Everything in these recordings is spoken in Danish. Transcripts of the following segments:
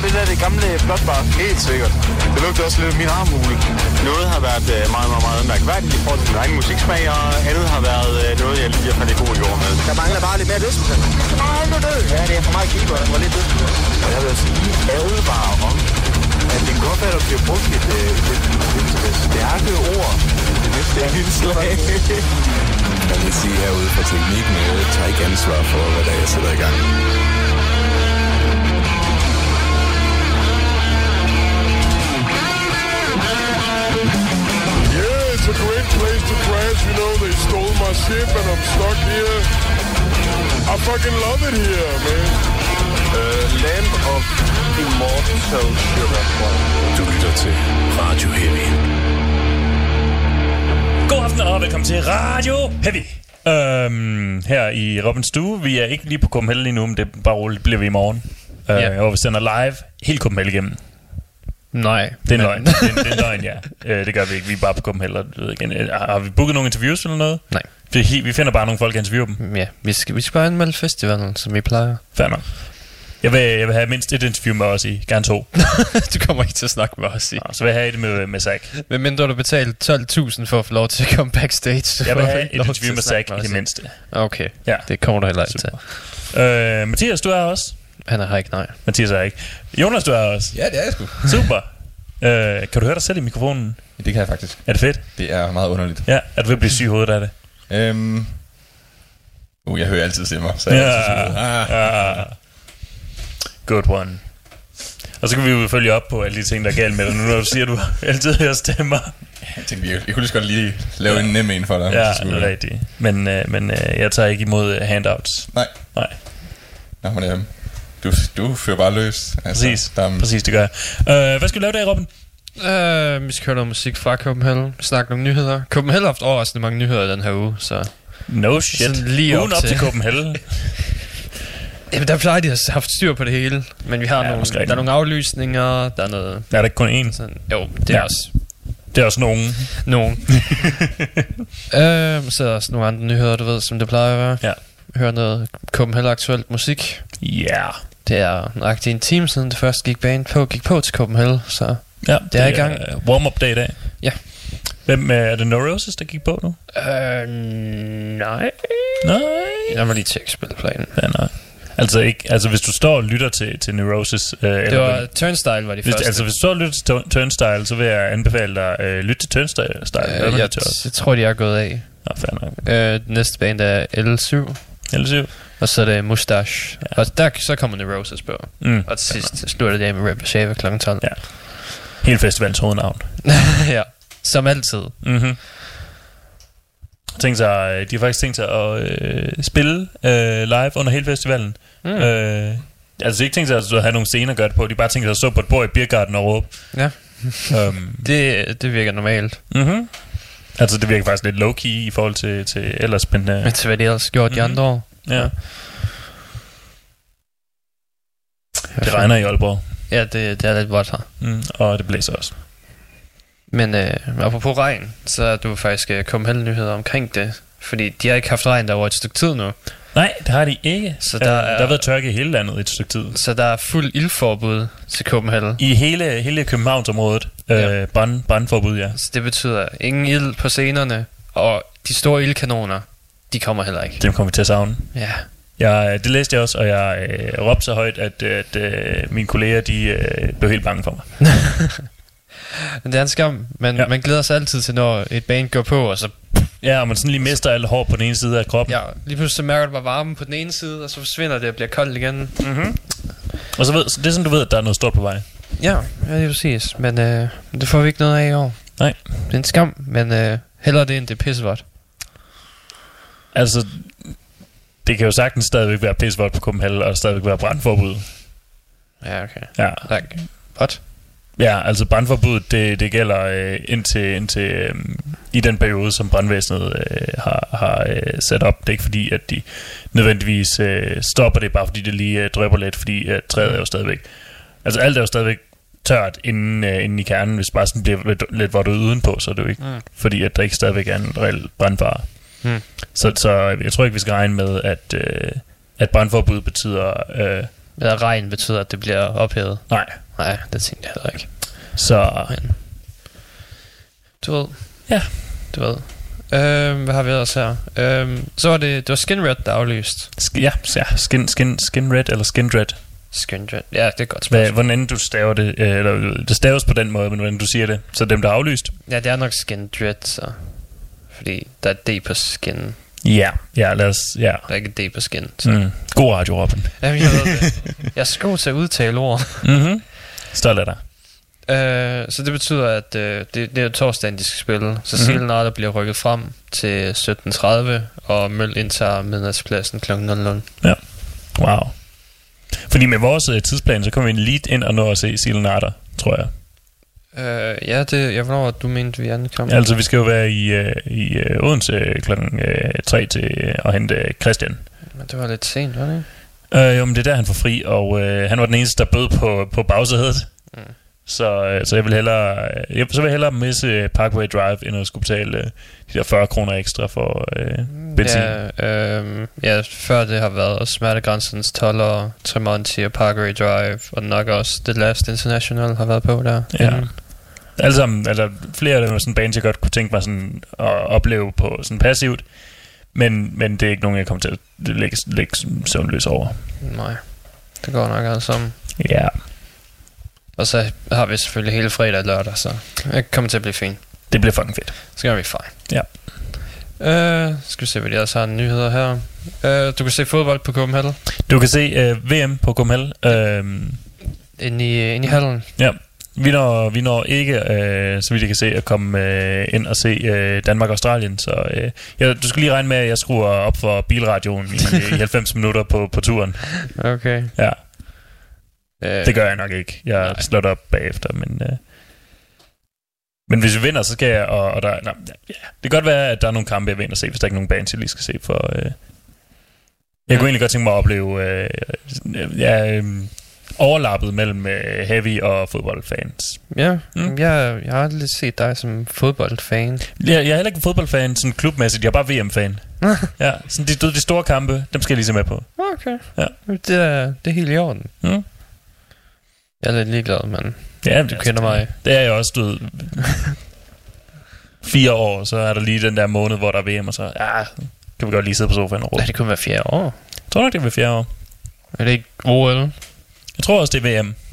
lugter det der det gamle blåtbar? Helt sikkert. Det lugter også lidt af min armhule. Noget har været meget, meget, meget mærkværdigt i forhold til min egen musiksmag, og andet har været noget, jeg lige har faldet god i jord med. Der mangler bare lidt mere dødsmusik. Ja, det er for meget keeper, der var lidt dødsmusik. Og jeg vil sige, advare om, at det godt være, der bliver brugt et stærke ord. Det næste er indslag. Jeg vil sige herude fra teknikken, jeg tager ikke ansvar for, hvad der jeg sætter i gang. Yeah, it's a great place to crash. You know, they stole my ship and I'm stuck here. I fucking love it here, man. Land of Immortal Sugar. Du lytter til Radio Heavy. God aften og velkommen til Radio Heavy. Her i Robins stue. Vi er ikke lige på Copenhagen lige nu, men det bare roligt bliver vi i morgen. Og vi sender live helt Copenhagen igennem. Nej. Det er en løgn. Det er en løgn, ja. Det gør vi ikke. Vi er bare på Copenhagen. Har vi booket nogle interviews eller noget? Nej. Vi finder bare nogle folk, der interviewer dem. Ja, vi skal bare anmelde festivalen, som vi plejer. Fair nok. Jeg vil have mindst et interview med os i. Gerne 2. Du kommer ikke til at snakke med os i. Nå, så vil jeg have det med Zach. Men mindre du betaler 12.000 for at få lov til at komme backstage. Jeg vil have et interview med Zach i det mindste. Okay, ja. Det kommer du heller ikke til. Mathias, du er også. Han er her ikke, nej. Mathias er ikke. Jonas, du er også. Ja, det er jeg sgu. Super. Kan du høre dig selv i mikrofonen? Det kan jeg faktisk. Er det fedt? Det er meget underligt. Ja, er du ved at blive syg i hovedet af det? Jeg hører altid til mig, så jeg Good one. Og så kan vi jo følge op på alle de ting, der er galt med dig nu, når du siger, at du altid hører stemmer. Jeg tænkte, jeg kunne lige så godt lige lave en nem en for dig. Ja, det er rigtigt. Men jeg tager ikke imod handouts. Nej. Nå, men du fører bare løs. Altså, præcis, det gør jeg. Hvad skal vi lave der, Robin? Vi skal høre noget musik fra Copenhagen. Vi snakker nogle nyheder. Copenhagen har haft overraskende mange nyheder den her uge, så... No shit. Lige ugen op til Copenhagen. Jamen, der plejer de at have haft styr på det hele. Men vi har der er nogle aflysninger. Der er noget... Der er der ikke kun én? Sådan, jo, det er også... Det er også nogen. Så er der også nogle andre nyheder, du ved, som det plejer at være. Ja. Høre noget Copenhagen aktuelt musik. Ja. Yeah. Det er nøjagtigt en time siden det første gik på til Copenhagen, så ja, det er i gang. Warm-up dag i dag. Ja. Hvem er det? Neurosis, der gik på nu? Nej. Jeg må lige tjekke spilleplanen. Ja, nej. Altså hvis du står og lytter til Neurosis det var Turnstile var de første. Altså hvis du står og lytter til Turnstile, så vil jeg anbefale dig lytte til Turnstile. Jeg tror de er gået af. Nå, fair nok. Næste band er L7. Og så er det Mustache. Ja. Og der så kommer Neurosis på. Og til sidst slutter det af med Rip Shaver kl. 12. Ja. Hele festivalens hovednavn. Ja, som altid. Mhm. De har faktisk tænkt sig at spille live under hele festivalen. Altså ikke tænkt sig at have nogle scener gøre det på. De bare tænkt sig at stå på et bord i Biergarten og råbe. Ja. Det virker normalt. Altså det virker faktisk lidt low-key i forhold til ellers. Men til hvad de ellers gjort de andre år. Ja. Det regner i Aalborg. Ja, det er lidt vådt her. Og det blæser også. Men apropos regn, så er du faktisk kommet nyheder omkring det. Fordi de har ikke haft regn derovre et stykke tid nu. Nej, det har de ikke. Så der har været tørke i hele landet et stykke tid. Så der er fuld ildforbud til Copenhagen. I hele Københavnsområdet. Brandforbud, ja. Så det betyder ingen ild på scenerne. Og de store ildkanoner, de kommer heller ikke. Dem kommer vi til at savne. Ja. Det læste jeg også, og jeg råbte så højt, at mine kolleger, de blev helt bange for mig. Men det er en skam. Man glæder sig altid til, når et band går på, og så... Ja, og man sådan lige mister alle hår på den ene side af kroppen. Ja, lige pludselig så mærker du bare varme på den ene side, og så forsvinder det og bliver koldt igen. Og så det er sådan, du ved, at der er noget stort på vej. Ja, det er præcis. Men det får vi ikke noget af i år. Nej. Det er en skam, men hellere det, end det er pissevådt. Altså, det kan jo sagtens stadigvæk være pissevådt på Copenhagen, og stadigvæk være brandforbud. Ja, okay. Ja. Tak. What? Ja, altså brandforbuddet, det gælder indtil i den periode, som brandvæsenet har sat op. Det er ikke fordi, at de nødvendigvis stopper det, bare fordi det lige drypper lidt, fordi træet er jo stadigvæk... Altså alt er jo stadigvæk tørt inden i kernen. Hvis bare sådan bliver lidt vådt udenpå, så er det jo ikke fordi, at der ikke stadigvæk er en reel brandfare. Så jeg tror ikke, vi skal regne med, at brandforbud betyder... Eller regn betyder, at det bliver ophævet. Nej, det tænkte jeg heller ikke. så Men, du ved. Ja. Du ved. Hvad har vi ellers her? Så var det var Skin Red, der aflyst. Skin Red eller Skin Dread. Skin Red, ja, det er godt spørgsmål. Hvordan du staver det, eller det staves på den måde, men hvordan du siger det. Så dem, der er aflyst. Ja, det er nok Skin Dread, så. Fordi der er D på skin. Ja, lad os, ja. Der er ikke D på skin. Så. God radio, Robin. Jamen, jeg ved det. Jeg er så god til at udtale ord. Stolt af dig. Så det betyder, at det er torsdagen, de skal spille. Så Selenata bliver rykket frem til 17.30, og Møl indtager midnatspladsen kl. 00. Ja, wow. Fordi med vores tidsplan, så kommer vi lige ind og nå at se Selenata, tror jeg. Ja, hvornår du mente, vi ankom? Altså, vi skal jo være i Odense kl. 3 til at hente Christian. Men det var lidt sent, var det ikke? Jo, men det er der, han får fri, og han var den eneste, der bød på bagsædet. Så jeg vil hellere misse Parkway Drive, end at skulle betale de der 40 kroner ekstra for benzin. Ja, før det har været Smertegrænsens 12 og Tremonti og Parkway Drive, og nok også The Last International har været på der. Ja. Alle sammen, altså flere af dem er sådan bands, jeg godt kunne tænke mig sådan at opleve på sådan passivt, men det er ikke nogen, jeg kommer til at lægge søvnløs over. Nej, det går nok alt sammen. Ja. Og så har vi selvfølgelig hele fredag og lørdag, så det kommer til at blive fint. Det bliver fucking fedt. Så gør vi fine. Ja. Skal vi se, hvad de ellers har nyheder her. Du kan se fodbold på Copenhagen. Du kan se VM på Copenhagen. Inde i hallen. Ja. Vi når ikke, så vidt jeg kan se, at komme ind og se Danmark-Australien. Så du skal lige regne med, at jeg skruer op for bilradioen i 90 minutter på turen. Okay. Ja. Det gør jeg nok ikke. Jeg slår det op bagefter, men hvis vi vinder, så skal jeg og der, det kan godt være, at der er nogle kampe, jeg vil ind og se, hvis der ikke er nogen bands, jeg lige skal se for. Jeg kunne egentlig godt tænke mig at opleve overlappet mellem heavy og fodboldfans. Ja, jeg har aldrig set dig som fodboldfan. Jeg er heller ikke fodboldfan sådan klubmæssigt, jeg er bare VM-fan. Ja, sådan de store kampe, dem skal jeg lige se med på. Okay. Ja. Det er helt i orden. Jeg er lidt ligeglad, men du kender mig. Det er jeg også, du ved. 4 år, så er der lige den der måned, hvor der er VM, og så kan vi godt lige sidde på sofaen og råbe. Ja, det kunne være 4 år. Jeg tror nok, det vil 4 år. Er det ikke OL? Jeg tror også, det er VM.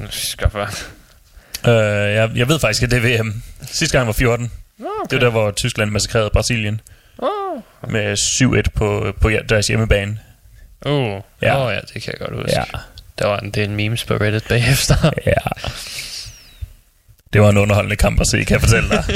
Jeg ved faktisk, at det er VM. Sidste gang var 14. Okay. Det var der, hvor Tyskland massakrerede Brasilien. Med 7-1 på deres hjemmebane. Ja, det kan jeg godt huske. Ja. Der var en del memes på Reddit bagefter. Ja. Det var en underholdende kamp at se, kan jeg fortælle dig.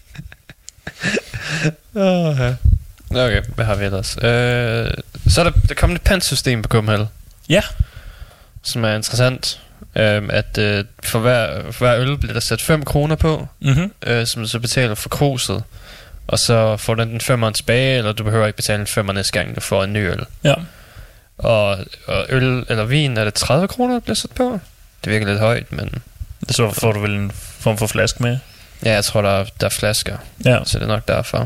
Okay, hvad har vi ellers? Så er der kommet et pantsystem på Copenhagen. Ja. Som er interessant. At for hver øl bliver der sat 5 kroner på, som du så betaler for kruset. Og så får du enten 5'eren tilbage, eller du behøver ikke betale en 5'er næste gang, du får en ny øl. Ja. Og øl eller vin, er det 30 kroner, der bliver sat på? Det virker lidt højt, men... Så får du vel en form for flaske med? Ja, jeg tror, der er flasker. Ja. Så det er nok derfor.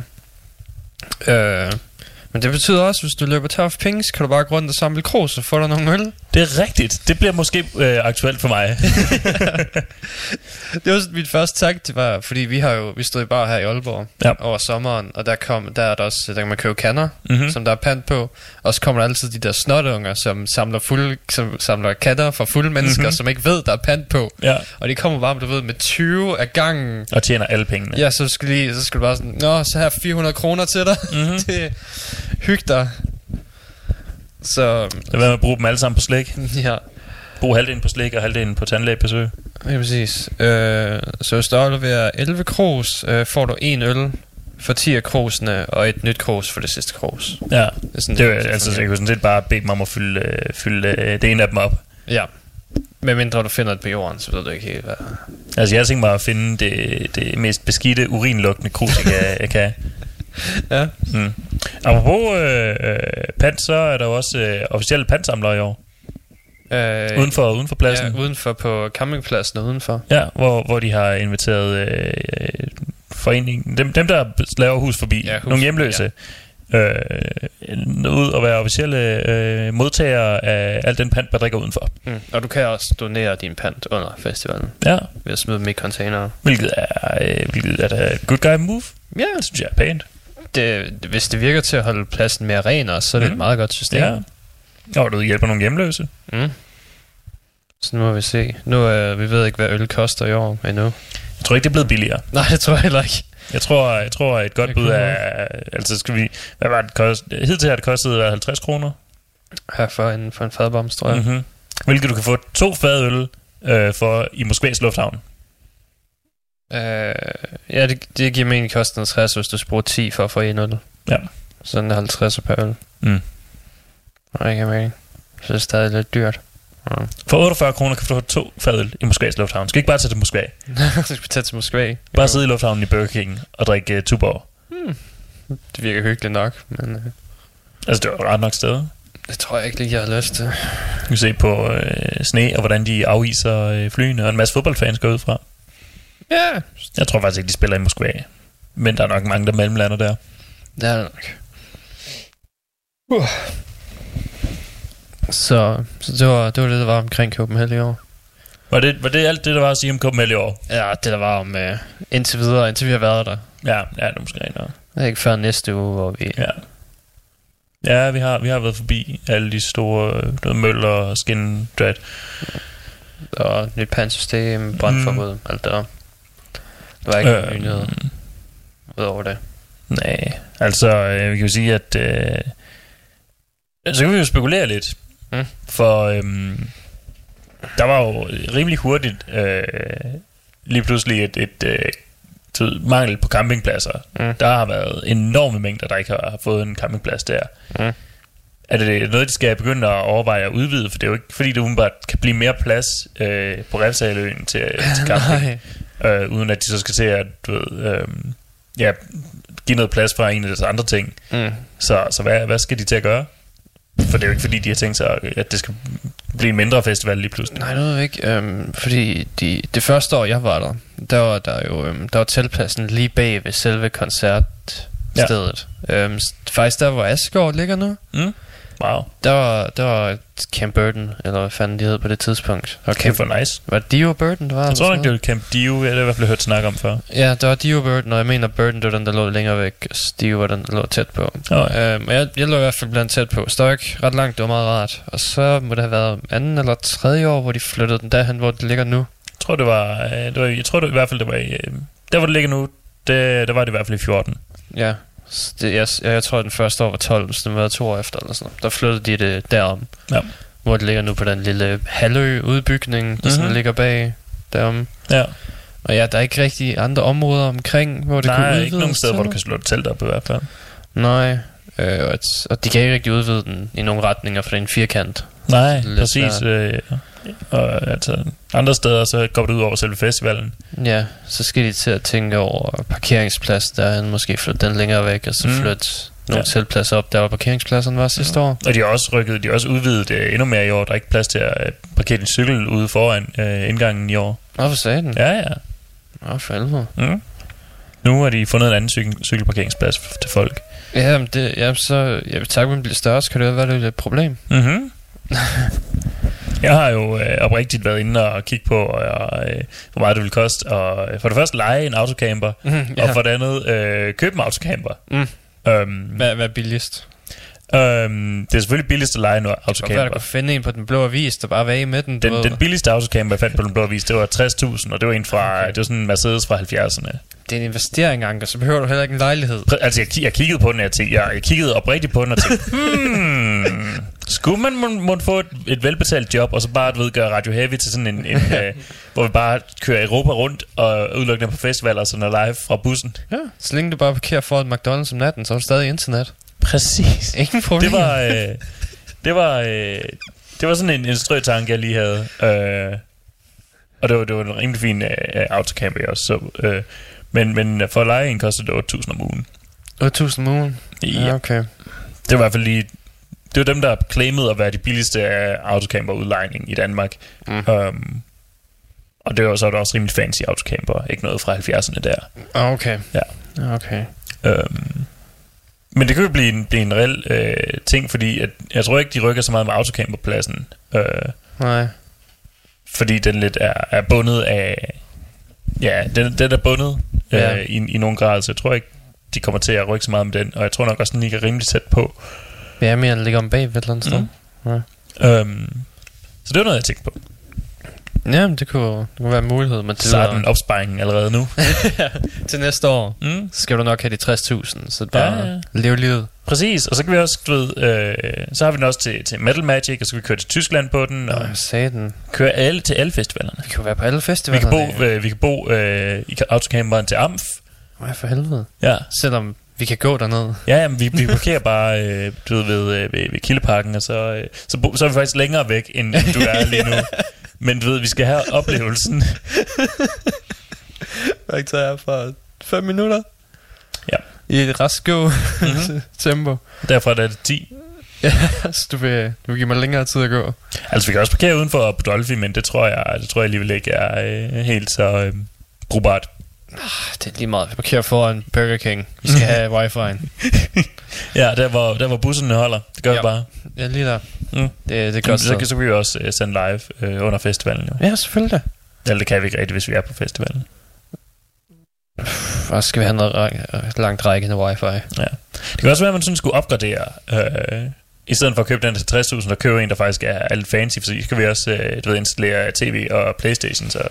Men det betyder også, hvis du løber tør for penge, så kan du bare gå rundt og samle krus og få dig nogle øl. Det er rigtigt. Det bliver måske aktuelt for mig. Det var mit første tanke, det var, fordi vi stod bare her i Aalborg over sommeren, og der er der også, der kan man købe kanner, som der er pant på, og så kommer der altid de der snotunger, som samler katter fra fulde mennesker, som ikke ved, der er pant på. Ja. Og de kommer bare, du ved, med 20 af gangen. Og tjener alle pengene. Ja, så skal du bare sådan, så her 400 kroner til dig. Det hygge dig. Så det er med at bruge dem alle sammen på slik. Ja. Brug halvdelen på slik og halvdelen på tandlægebesøg. Ja, præcis. Så hvis du afleverer 11 krus, får du en øl for 10 af krusene, og et nyt krus for det sidste krus. Ja, det er altså, jeg kunne sådan set bare bede dem om at fylde det ene af dem op. Ja. Medmindre du finder det på jorden, så ved du ikke helt hvad. Altså jeg tænker mig at finde det mest beskidte, urinlugtende krus, jeg kan. Ja. Apropos pant, så er der jo også officielle pantsamlere i år. Uden for pladsen. Ja, udenfor på campingpladsen og udenfor. Ja, hvor de har inviteret foreningen, dem der laver hus forbi, nogle hjemløse, ud og være officielle modtagere af al den pant, man drikker udenfor. Og du kan også donere din pant under festivalen. Ja. Ved at smide dem i container. Hvilket er da et good guy move. Ja. Det synes jeg er pænt. Hvis det virker til at holde pladsen mere ren også, så er det et meget godt system. Ja. Og du hjælper nogle hjemløse. Så nu må vi se. Vi ved ikke, hvad øl koster i år endnu. Jeg tror ikke, det er blevet billigere. Nej, det tror jeg heller ikke. Jeg tror et godt bud er... Altså skal vi... Hvad var det kostet? Hidtil har det kostet 50 kroner. Ja, for en fadboms, tror jeg. Mm-hmm. Hvilket du kan få 2 fadøl for i Moskvas lufthavn. Ja, det giver mening kosten 60, hvis du bruger 10 for at få en øl. Ja. Sådan er 50 per øl. Det giver mening. Så det er stadig lidt dyrt. For 48 kroner kan du få 2 fadøl i Moskvas lufthavn. Skal ikke bare tage til Moskva? Skal vi tage til Moskva? Bare sidde i lufthavnen i Burger King og drikke Tuborg. Det virker hyggeligt nok, men... Altså, det var ret nok sted. Det tror jeg ikke lige, jeg har lyst til. Du kan se på sne, og hvordan de afviser flyene, og en masse fodboldfans går ud fra. Ja. Jeg tror faktisk ikke, de spiller i Moskva. Men der er nok mange, der mellemlander der. Det er det nok. Så det var det, der var omkring Copenhagen i år. Var det alt det, der var at sige om Copenhagen i år? Ja, det der var om indtil videre, indtil vi har været der. Ja, det er måske rent nok. Det er ikke før næste uge, hvor vi... Ja, vi har været forbi alle de store møller og skindrat. Og nyt pandsystem, brandforbud, alt det der. Det var ikke nogen nyheder udover det. Nej, altså vi kan jo sige, at så kan vi jo spekulere lidt. For der var jo rimelig hurtigt lige pludselig et mangel på campingpladser. Der har været enorme mængder, der ikke har fået en campingplads der. Er det noget, de skal begynde at overveje at udvide? For det er jo ikke, fordi det umiddelbart kan blive mere plads på Refshaleøen til camping. Uden at de så skal se at give noget plads fra en af deres andre ting. Så hvad skal de til at gøre? For det er jo ikke fordi de har tænkt sig at det skal blive en mindre festival lige pludselig. Nej, det ved jeg ikke. Fordi det første år jeg var der var der jo der var teltpladsen lige bag ved selve koncertstedet. Faktisk der hvor Asgård ligger nu. Wow. Der var Camp Burton, eller hvad fanden de hed på det tidspunkt. Og Camp for Nice. Var det Dio Burton, der var? Jeg tror nok, det var Camp Dio. Jeg har i hvert fald hørt snak om før. Ja, der var Dio Burton, og jeg mener Burton, det var den, der lå længere væk. Dio var den, der lå tæt på. Jeg lå i hvert fald blandt tæt på. Så der var ikke ret langt, det var meget rart. Og så må det have været anden eller tredje år, hvor de flyttede den derhen, hvor det ligger nu. Jeg tror, jeg tror det i hvert fald, det var i, der, hvor det ligger nu, der var det i hvert fald i 14. Ja. Jeg tror, at den første år var 12, så den var 2 år efter eller sådan noget. Der flyttede de det derom. Ja. Hvor det ligger nu på den lille halvø-udbygning, der sådan ligger bag derom. Ja. Og ja, der er ikke rigtig andre områder omkring, hvor det kunne udvides. Nej, ikke nogen steder, hvor du kan slå et telt op i hvert fald. Nej, og de kan ikke rigtig udvide den i nogle retninger, for det er en firkant. Nej, præcis. Og altså andre steder så går det ud over selve festivalen. Ja, så skal de til at tænke over parkeringsplads der, måske flytte den længere væk, og så flytte nogle teltpladser op der, hvor parkeringspladserne var sidste år. Og de har også udvidet endnu mere i år. Der er ikke plads til at parkere din cykel ude foran indgangen i år. Hvorfor sagde den? Ja. For helvede. Nu har de fundet en anden cykelparkeringsplads til folk. Jamen så jeg vil takke, at man bliver større, så kan det jo være et problem. Jeg har jo oprigtigt været inde og kigge på, hvor meget det vil koste. Og for det første lege en autocamper, og for det andet købe en autocamper. Hvad er billigst? Det er selvfølgelig billigst at lege en autocamper. Du kunne finde en på Den Blå Avis, der bare var af med den. Den billigste autocamper, jeg fandt på Den Blå Avis, det var 60.000, og det var en fra, det var sådan en Mercedes fra 70'erne. Det er en investering, Anker, så behøver du heller ikke en lejlighed. Altså, jeg kiggede på den, jeg kiggede oprigtigt på den og tænkte, skulle man må få et velbetalt job, og så bare, gøre Radio Heavy til sådan en hvor vi bare kører Europa rundt og udelukkende på festivaler og sådan live fra bussen. Ja, så længe du bare parkerer foran McDonald's om natten, så har du stadig internet. Præcis. Ingen problem. Det var sådan en strøtanke, jeg lige havde. Og det var en rimelig fin autocamper også. Så, men for at lege en kostede det 8.000 om ugen. 8.000 om ugen? Ja, okay. Det var i hvert fald lige... Det var dem, der claimede at være de billigste autocamper-udlejning i Danmark. Og det var så også rimelig fancy autocamper. Ikke noget fra 70'erne der. Okay. Ja. Okay. Men det kan jo blive en reel ting, fordi at, jeg tror ikke, de rykker så meget med autocamperpladsen. Nej. Fordi den lidt er bundet af... Ja, den er bundet i nogen grad, så jeg tror ikke, de kommer til at rykke så meget med den. Og jeg tror nok også, den ligger rimelig tæt på. Ja, mere den ligger om bag ved et eller andet sted. Ja. Så det var noget, jeg tænkte på. Ja, det kunne være en mulighed. Men så er den opsparingen allerede nu. Til næste år skal du nok have de 60.000. Så bare leve livet. Præcis, og så kan vi også, så har vi den også til Metal Magic, og så kan vi køre til Tyskland på den. Og køre til alle festivalerne. Vi kan være på alle festivalerne. Vi kan bo i autocamperen til Amf. Nej, for helvede. Ja. Selvom vi kan gå derned. Ja, jamen, vi parkerer bare ved Kildeparken, og så er vi faktisk længere væk, end du er lige nu. Men du ved, vi skal have oplevelsen. Hvad tager jeg fra 5 minutter? Ja. I et rask gå tempo. Derfra er det 10. Ja, så du vil give mig længere tid at gå. Altså vi kan også parkere uden for Budolfi, men det tror jeg alligevel ikke er helt så brugbart. Det er lige meget. Vi parkerer foran Burger King. Vi skal have wifi'en. Ja, der hvor busserne holder. Det gør vi bare. Ja, lige der. Det er godt. Så kan vi jo også sende live under festivalen. Jo. Ja, selvfølgelig. Eller det kan vi ikke rigtigt, hvis vi er på festivalen. Og så skal vi have noget langt rækkende wifi. Ja. Det kan også være, at man sådan skulle opgradere i stedet for at købe den til 60.000 og købe en, der faktisk er lidt fancy, for så skal vi også installere TV og Playstation. Så,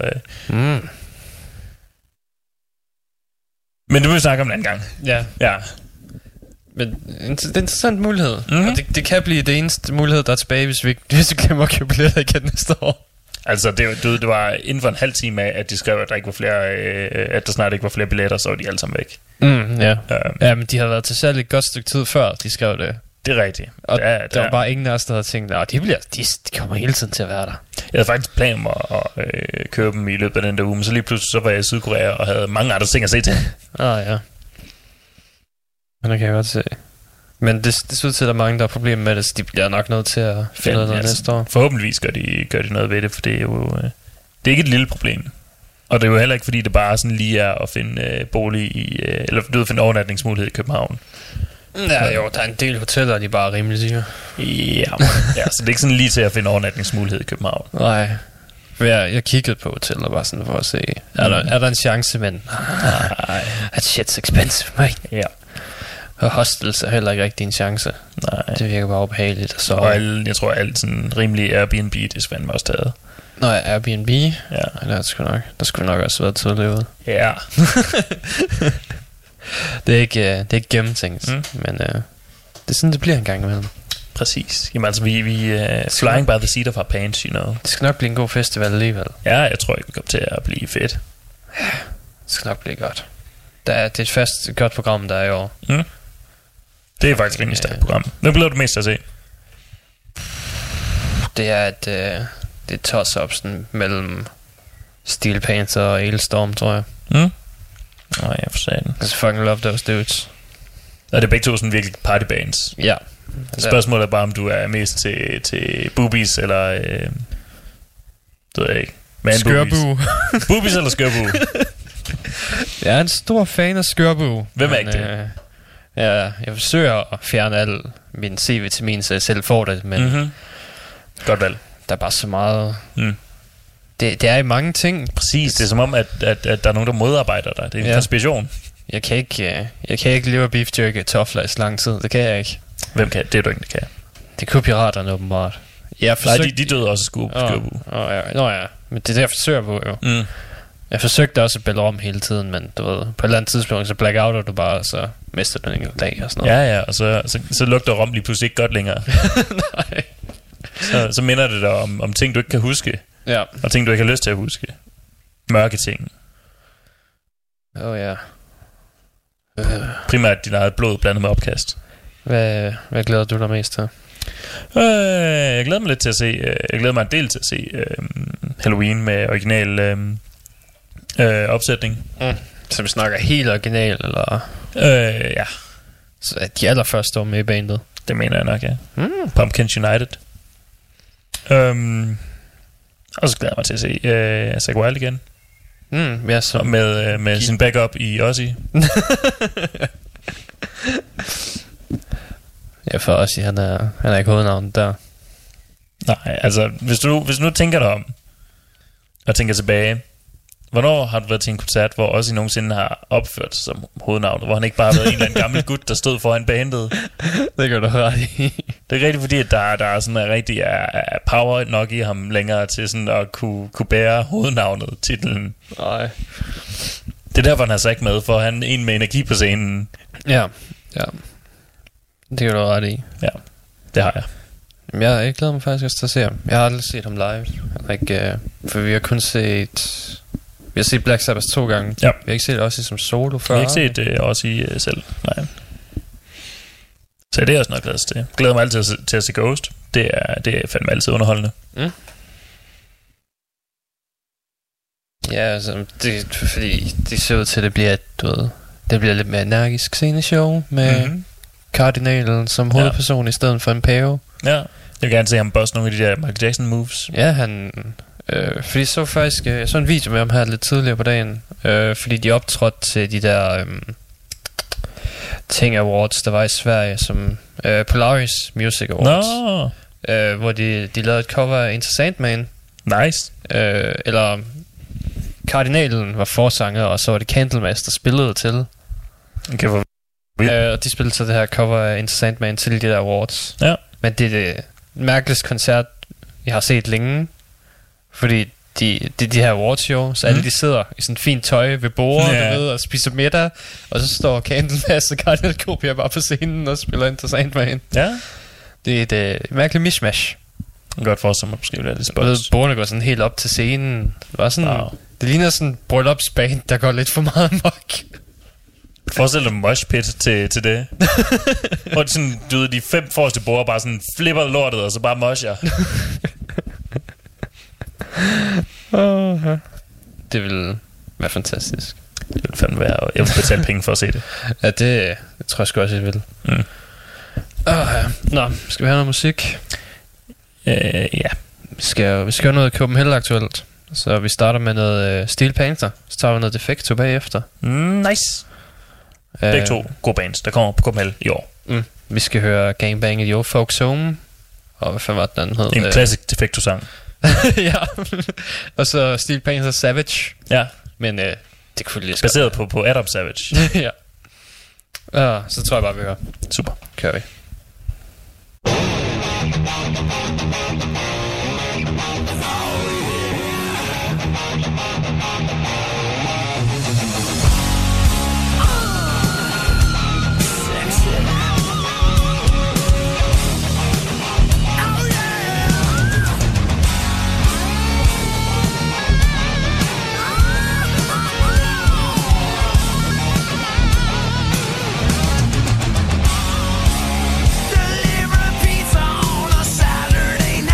Men det må vi snakke om en anden gang. Ja. Men det er en interessant mulighed. Og det kan blive det eneste mulighed, der er tilbage, hvis vi glemmer at købe billetter igen næste år. Altså det var inden for en halv time af, at de skrev, at der ikke var flere, at der snart ikke var flere billetter, så var de alle sammen væk. Ja, men de har været til salg et godt stykke tid før, de skrev det. Det er rigtigt. Og der var bare ingen af os, der havde tænkt, de kommer hele tiden til at være der. Jeg havde faktisk planer om at købe dem i løbet af den der uge, men så lige pludselig så var jeg i Sydkorea og havde mange andre ting at se til. Ja. Men det kan jeg godt se. Men det ser ud til, at der er mange, der har problemer med det, så de bliver nok nødt til at finde noget næste år. Forhåbentligvis gør de noget ved det, for det er jo det er ikke et lille problem. Og det er jo heller ikke, fordi det bare sådan lige er at finde bolig i, eller finde overnatningsmulighed i København. Ja, jo, der er en del hoteller, de er bare rimelig siger. Ja, så det er ikke sådan lige til at finde overnatningsmulighed i København. Nej. Jeg kiggede på hoteller bare sådan for at se, er der en chance, men nej, shit's expensive, man. Ja. Og hostels er heller ikke rigtig en chance. Nej. Det virker bare ubehageligt. Og jeg tror alt sådan rimelig Airbnb, det er fandme også taget. Nå, Airbnb? Ja. Der skulle nok også være tidligt ude. Ja. Det er ikke gennemtænkt, men det er sådan, det bliver en gang imellem. Præcis. Jamen altså, vi flying by the seat of our pants, you know. Det skal nok blive en god festival alligevel. Ja, jeg tror ikke, vi kommer til at blive fedt. Ja, det skal nok blive godt. Det er et godt program, der er i år. Det er faktisk et stærkt program. Hvad bliver du mest at se? Det er et toss-up sådan, mellem Steel Panther og Hailstorm, tror jeg. Nej, jeg forstår den. I fucking love those dudes. Og det er begge to sådan virkelig partybands. Ja. Spørgsmålet er bare, om du er mest til boobies, eller det ved jeg ikke. Skørbu. Boobies eller skørbu? Jeg er en stor fan af skørbu. Hvem er ikke det? Jeg forsøger at fjerne al min C-vitamin, så jeg selv får det, men godt valg. Der er bare så meget. Det er i mange ting. Præcis, det er som om, at der er nogen, der modarbejder dig. Det er en konspiration. Jeg kan ikke leve af beef jerky og toffler lang tid. Det kan jeg ikke. Hvem kan? Det er du ikke, der kan. Det kunne piraterne åbenbart. Nej, de døde også skørbu. Nå ja, men det er det, jeg forsøger på jo. Jeg forsøgte også at bælge om hele tiden, men du ved, på et eller andet tidspunkt, så blackouter du bare, og så mister du en enkelt dag og sådan noget. Ja, og så lugter rom lige pludselig ikke godt længere. Nej. Så minder det dig om ting, du ikke kan huske. Ja. Og ting, du ikke har lyst til at huske. Mørke ting. Ja. Primært dit eget blod blandet med opkast. Hvad glæder du dig mest til? Jeg glæder mig lidt til at se. Jeg glæder mig en del til at se Halloween med original opsætning. Så vi snakker helt original, eller? Ja. Så at de allerførste år med i bandet. Det mener jeg nok, ja. Pumpkins United. Og så glæder jeg mig til at se Zakk Wylde igen. Ja, så med sin backup i Ozzy. Ja, for os, han er ikke hovednavnet der. Nej, altså, hvis du nu tænker dig om, og tænker tilbage, hvornår har du været til en koncert, hvor også I nogensinde har opført sig som hovednavnet, hvor han ikke bare har været en eller anden gammel gut, der stod foran bandet? Det gør du ret i. Det er rigtigt, fordi at der er sådan en rigtig power nok i ham længere til sådan at kunne bære hovednavnet, titlen. Nej. Det er derfor, han har sagt med, for han er en med energi på scenen. Ja. Det gør du ret i. Ja, det har jeg. Jeg glæder mig faktisk også til at se ham. Jeg har aldrig set ham live. For vi har kun set... Vi har set Black Sabbath 2 gange. Ja. Vi har ikke set Ozzy som solo før. Vi har ikke set Ozzy selv. Nej. Så det er også noget glædes til. Jeg glæder mig altid til at se Ghost. Det er fandme altid underholdende. Mm. Ja, altså, fordi det ser ud til, at det bliver lidt mere energisk sceneshow med kardinalen som hovedperson i stedet for en pave. Ja, jeg vil gerne se ham bosse nogle af de der Michael Jackson moves. Ja, han... fordi så faktisk... jeg så en video med ham her lidt tidligere på dagen. Fordi de optrådte til de der... Ting Awards, der var i Sverige, som... Polaris Music Awards. No. Hvor de lavede et cover af Enter Sandman. Nice. Eller... Kardinalen var forsanger, og så var det Candlemass, der spillede til. Okay, og de spillede så det her cover af Enter Sandman til de der awards. Ja. Men det er det mærkeligste koncert, jeg har set længe. Fordi de her awards jo, så alle de sidder i sådan fint tøj ved bordet, du ved, og spiser middag, og så står Candlemass og Cardinal Copia bare på scenen og spiller Enter Sandman. Ja. Det er et mærkeligt mishmash. Jeg kan godt forestille mig, måske det spots. Bordene går sådan helt op til scenen. Det var sådan... Wow. Det ligner sådan en bryllupsband, der går lidt for meget amok. Forestil dig mosh pit til det. Hvor sådan, du ved, de 5 forreste borde bare sådan flipper lortet, og så bare mosher. Det vil være fantastisk. Det vil fandme være, og jeg vil betale penge for at se det. Ja, det tror jeg sgu også, jeg vil. Nå, skal vi have noget musik? Ja. Vi skal have noget Copenhagen aktuelt. Så vi starter med noget Steel Panther. Så tager vi noget Defecto bagefter. Nice. Begge to gode bands, der kommer på Copenhagen i år. Vi skal høre Gangbang Yo Folks Home. Og hvad fanden var den hed? En classic Defecto-sang. Ja. Og så Steel Panther Savage. Ja. Men det kunne lige baseret på Adam Savage. Ja. Så tror jeg bare, vi hører. Super. Kører vi. Deliver pizza on a Saturday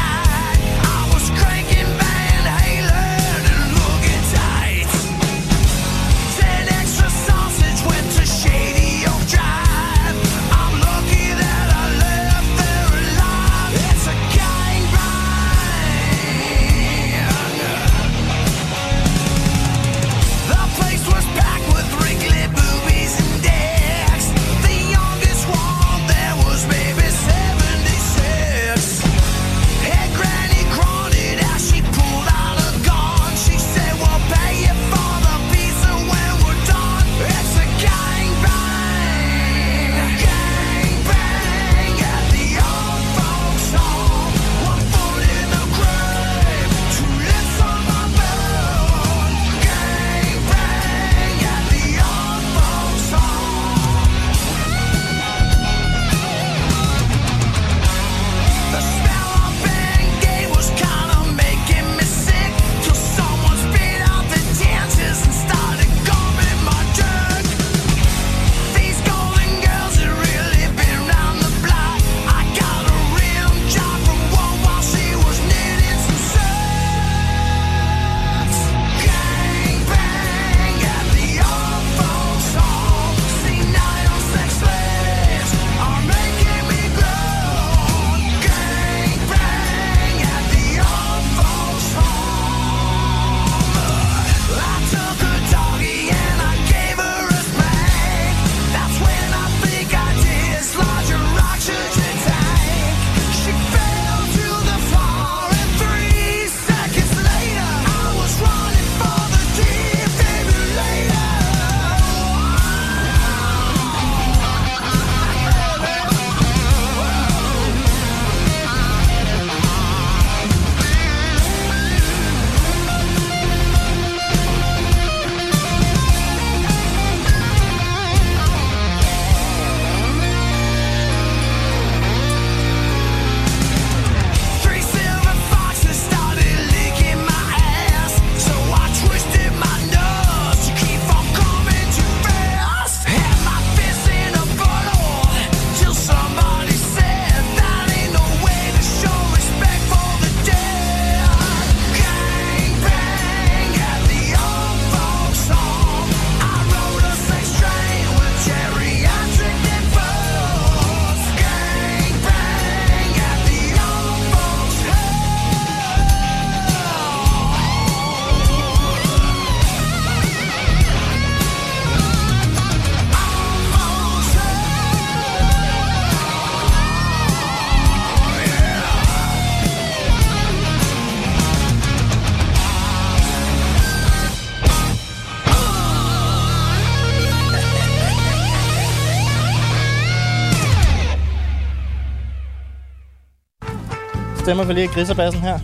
stemmer vi lige griserbassen her.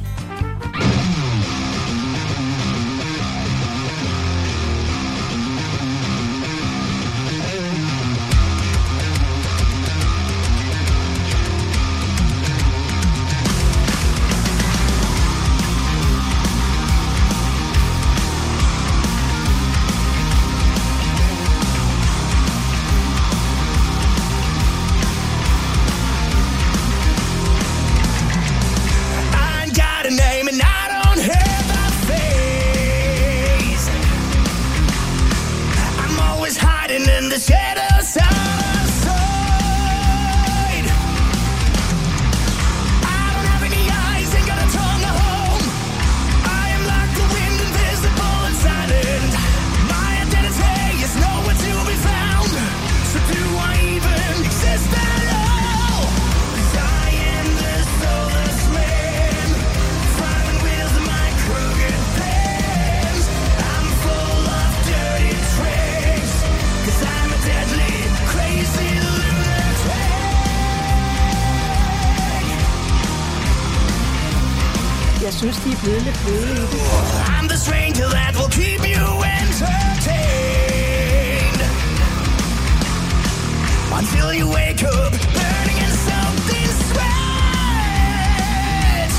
Jeg synes, de er blevet lidt bløde i det. I'm the stranger that will keep you entertained until you wake up burning in something sweat.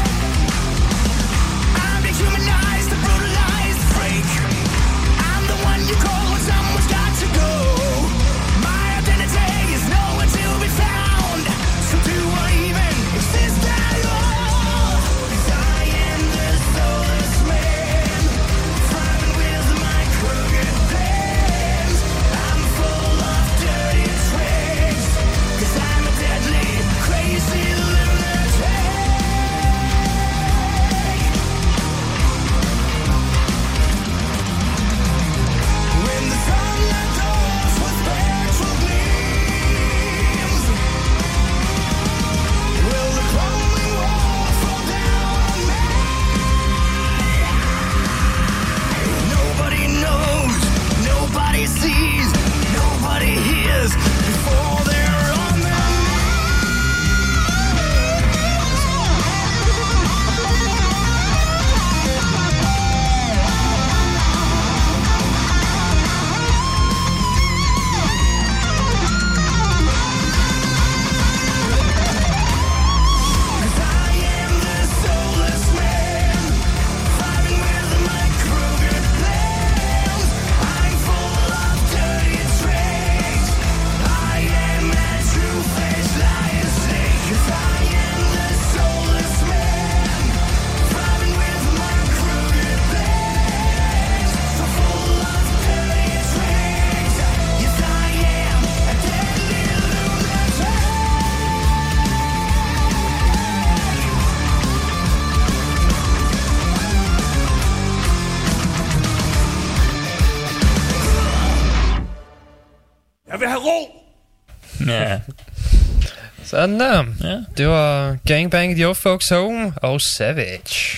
I'm dehumanized, the brutalized freak. I'm the one you call when someone's got to go. My identity is nowhere to be found. So do I even exist at all? Jeg vil have ro! Ja. Sådan der. Ja. Det var Gangbang i Your Folks Home og Savage.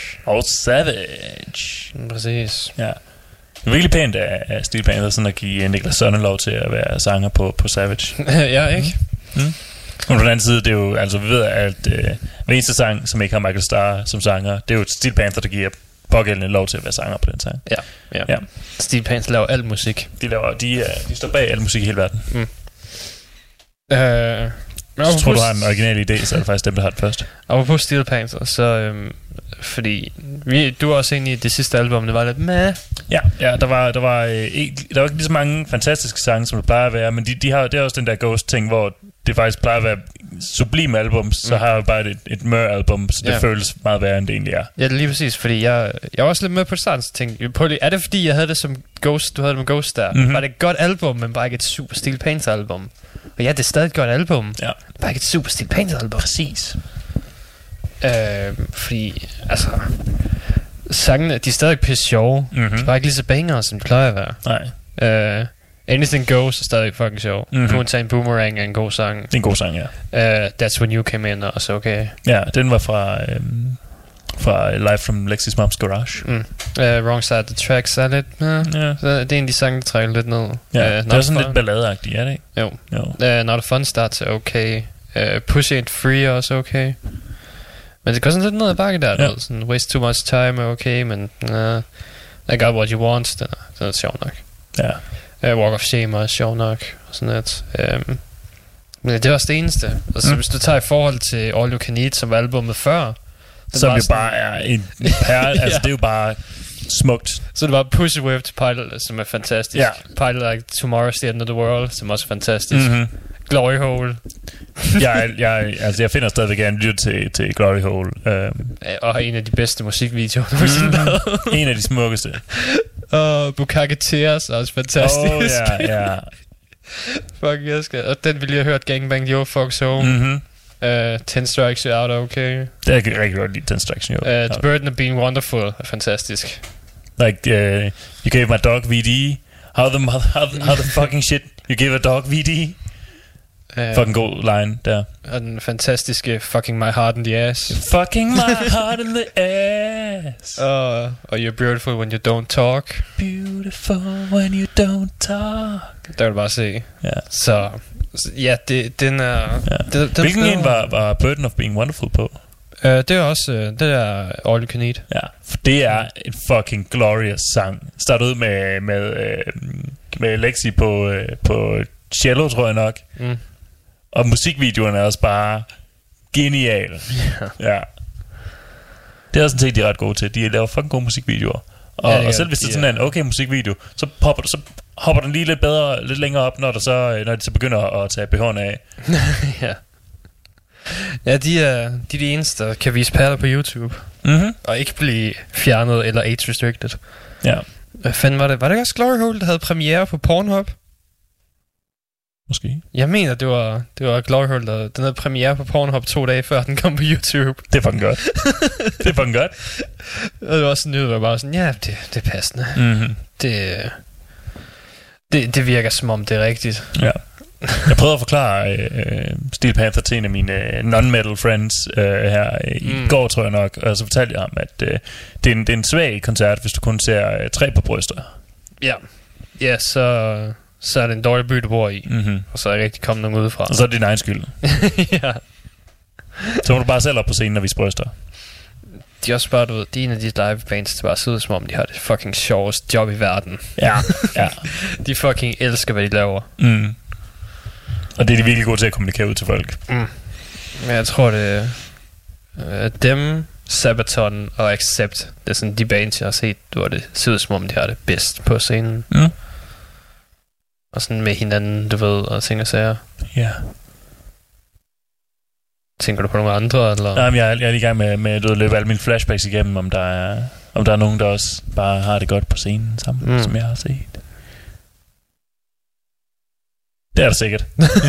Præcis. Ja. Det er virkelig pænt af Steel Panther sådan at give Niklas Sønne lov til at være sanger på Savage. Ja, ikke? Mm. Og på den anden side, det er jo, altså vi ved, at hver eneste sang, som ikke har Michael Starr som sanger, det er jo Steel Panther, der giver pågældende lov til at være sanger på den sang. Ja. Steel Panther laver al musik. De står bag al musik i hele verden. Mm. Så tror du har en original idé, så er det faktisk dem, der har det først. Og på Steel Panther, så fordi du var også enig i det sidste album, det var lidt meh. Ja, der var ikke lige så mange fantastiske sange, som det plejer at være, men det er også den der Ghost-ting, hvor det faktisk plejer at være sublime album, så har jeg bare et mør-album, så det føles meget værre, end det egentlig er. Ja, lige præcis, fordi jeg var også lidt med på starten, så tænkte jeg, er det fordi, jeg havde det som Ghost, du havde det med Ghost der? Mm-hmm. Var det et godt album, men bare ikke et super Steel Panther-album? Og ja, det er stadig et godt album, bare ikke et super Steel Panther-album. Præcis. Fordi, altså, sangene, de er stadig pisse sjove. Mm-hmm. De er bare ikke lige så banger, som de plejer at være. Nej. Anything Goes er stadig fucking sjov. Puntain Boomerang er en god sang. Det er en god sang, ja. That's When You Came In er også okay. Ja, den var fra Live from Lexi's Mom's Garage. Wrong Side of the Tracks er lidt... Så det er en af de sange, der trækker lidt ned. Ja, det er sådan lidt balladeagtigt, er det ikke? Jo. Not a Fun Start er okay. Push It Free er også okay. Men det går sådan lidt ned ad bakke der, ja. Sådan, waste too much time er okay, men I got what you want, den er sjov nok. Ja. Walk of Shame er sjov nok, og sådan lidt. Men det er også det eneste. Altså, hvis du tager i forhold til All You Can Eat, som var albumet før, som jo bare er en perle, altså det er jo bare smukt. Så det var Pussy Whip til Pilot, som er fantastisk. Ja. Pilot like Tomorrow's the End of the World, som også er fantastisk. Glory Hole. jeg finder stadigvæk gerne lytte til Glory Hole. Og en af de bedste musikvideoer. En af de smukkeste. Og Bukake Tears er også fantastisk. Ja. Fuck, jeg skal. Og den ville jeg have hørt, Gangbang Yo Fucks Home. 10 Strikes You Out er okay. Det er rigtig godt lige 10 Strikes You Out. The Burden of Being Wonderful er fantastisk. Like, you gave my dog VD. How the fucking shit you give a dog VD. Fucking god line der. Og den fantastiske Fucking My Heart in the Ass. Fucking my heart in the ass. Og You're Beautiful When You Don't Talk. Beautiful when you don't talk. Der vil du bare se. Ja. Så ja, den er... Ja. Hvilken en var Burden of Being Wonderful på? Det er også det er All You Can Eat. Ja, for det er en fucking glorious sang. Starter ud med Lexi på cello, tror jeg nok. Og musikvideoerne er også bare geniale. Ja. Det er også en ting, de er ret gode til. De laver fucking gode musikvideoer. Og selv hvis det er sådan en okay musikvideo, så hopper den lige lidt længere op, når de så begynder at tage BH'en af. Ja, de er de eneste, der kan vise perler på YouTube. Og ikke blive fjernet eller age restricted. Ja. Hvad fanden var det? Var det ikke også Glory Hole, der havde premiere på Pornhub? Måske. Jeg mener, det var Glory Hole, den havde premiere på Pornhub 2 dage før den kom på YouTube. Det er fucking godt. Det er fucking godt. Og det var sådan noget, der var bare sådan, ja, det er passende. Det virker som om det er rigtigt. Ja. Jeg prøvede at forklare Steel Panther til en af mine non-metal friends her i går, tror jeg nok. Og så fortalte jeg ham, at det er en svag koncert, hvis du kun ser 3 på bryster. Ja, så er det en dårlig by, du bor i. Og så er der rigtig kommet nogen udefra. Og så er det din egen skyld. Ja. Så må du bare selv op på scenen og vise bryster. De er også bare, du ved, de er en af de live bands, der bare ser ud som om, de har det fucking sjoveste job i verden. Ja. De fucking elsker, hvad de laver. Og det er de virkelig gode til at kommunikere ud til folk. Men jeg tror, det er dem, Sabaton og Accept. Det er sådan de bands, jeg har set, hvor det ser ud som om, de har det bedst på scenen. Og sådan med hinanden, du ved, og ting og sager. Ja. Tænker du på nogle andre, eller? Nej, men jeg er lige i gang med at løbe alle mine flashbacks igennem, om der er nogen, der også bare har det godt på scenen sammen, som jeg har set. Det er der sikkert.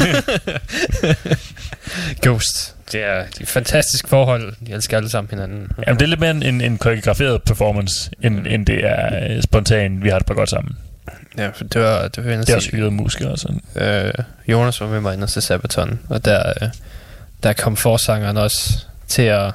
Ghost. Det er et fantastisk forhold. De elsker alle sammen hinanden. Jamen, det er lidt mere en koreograferet performance, end det er spontan. Vi har det bare godt sammen. Ja, for det var det er også hyret musikere og sådan. Jonas var med mig inde til Sabaton, og der kom forsangeren også til at...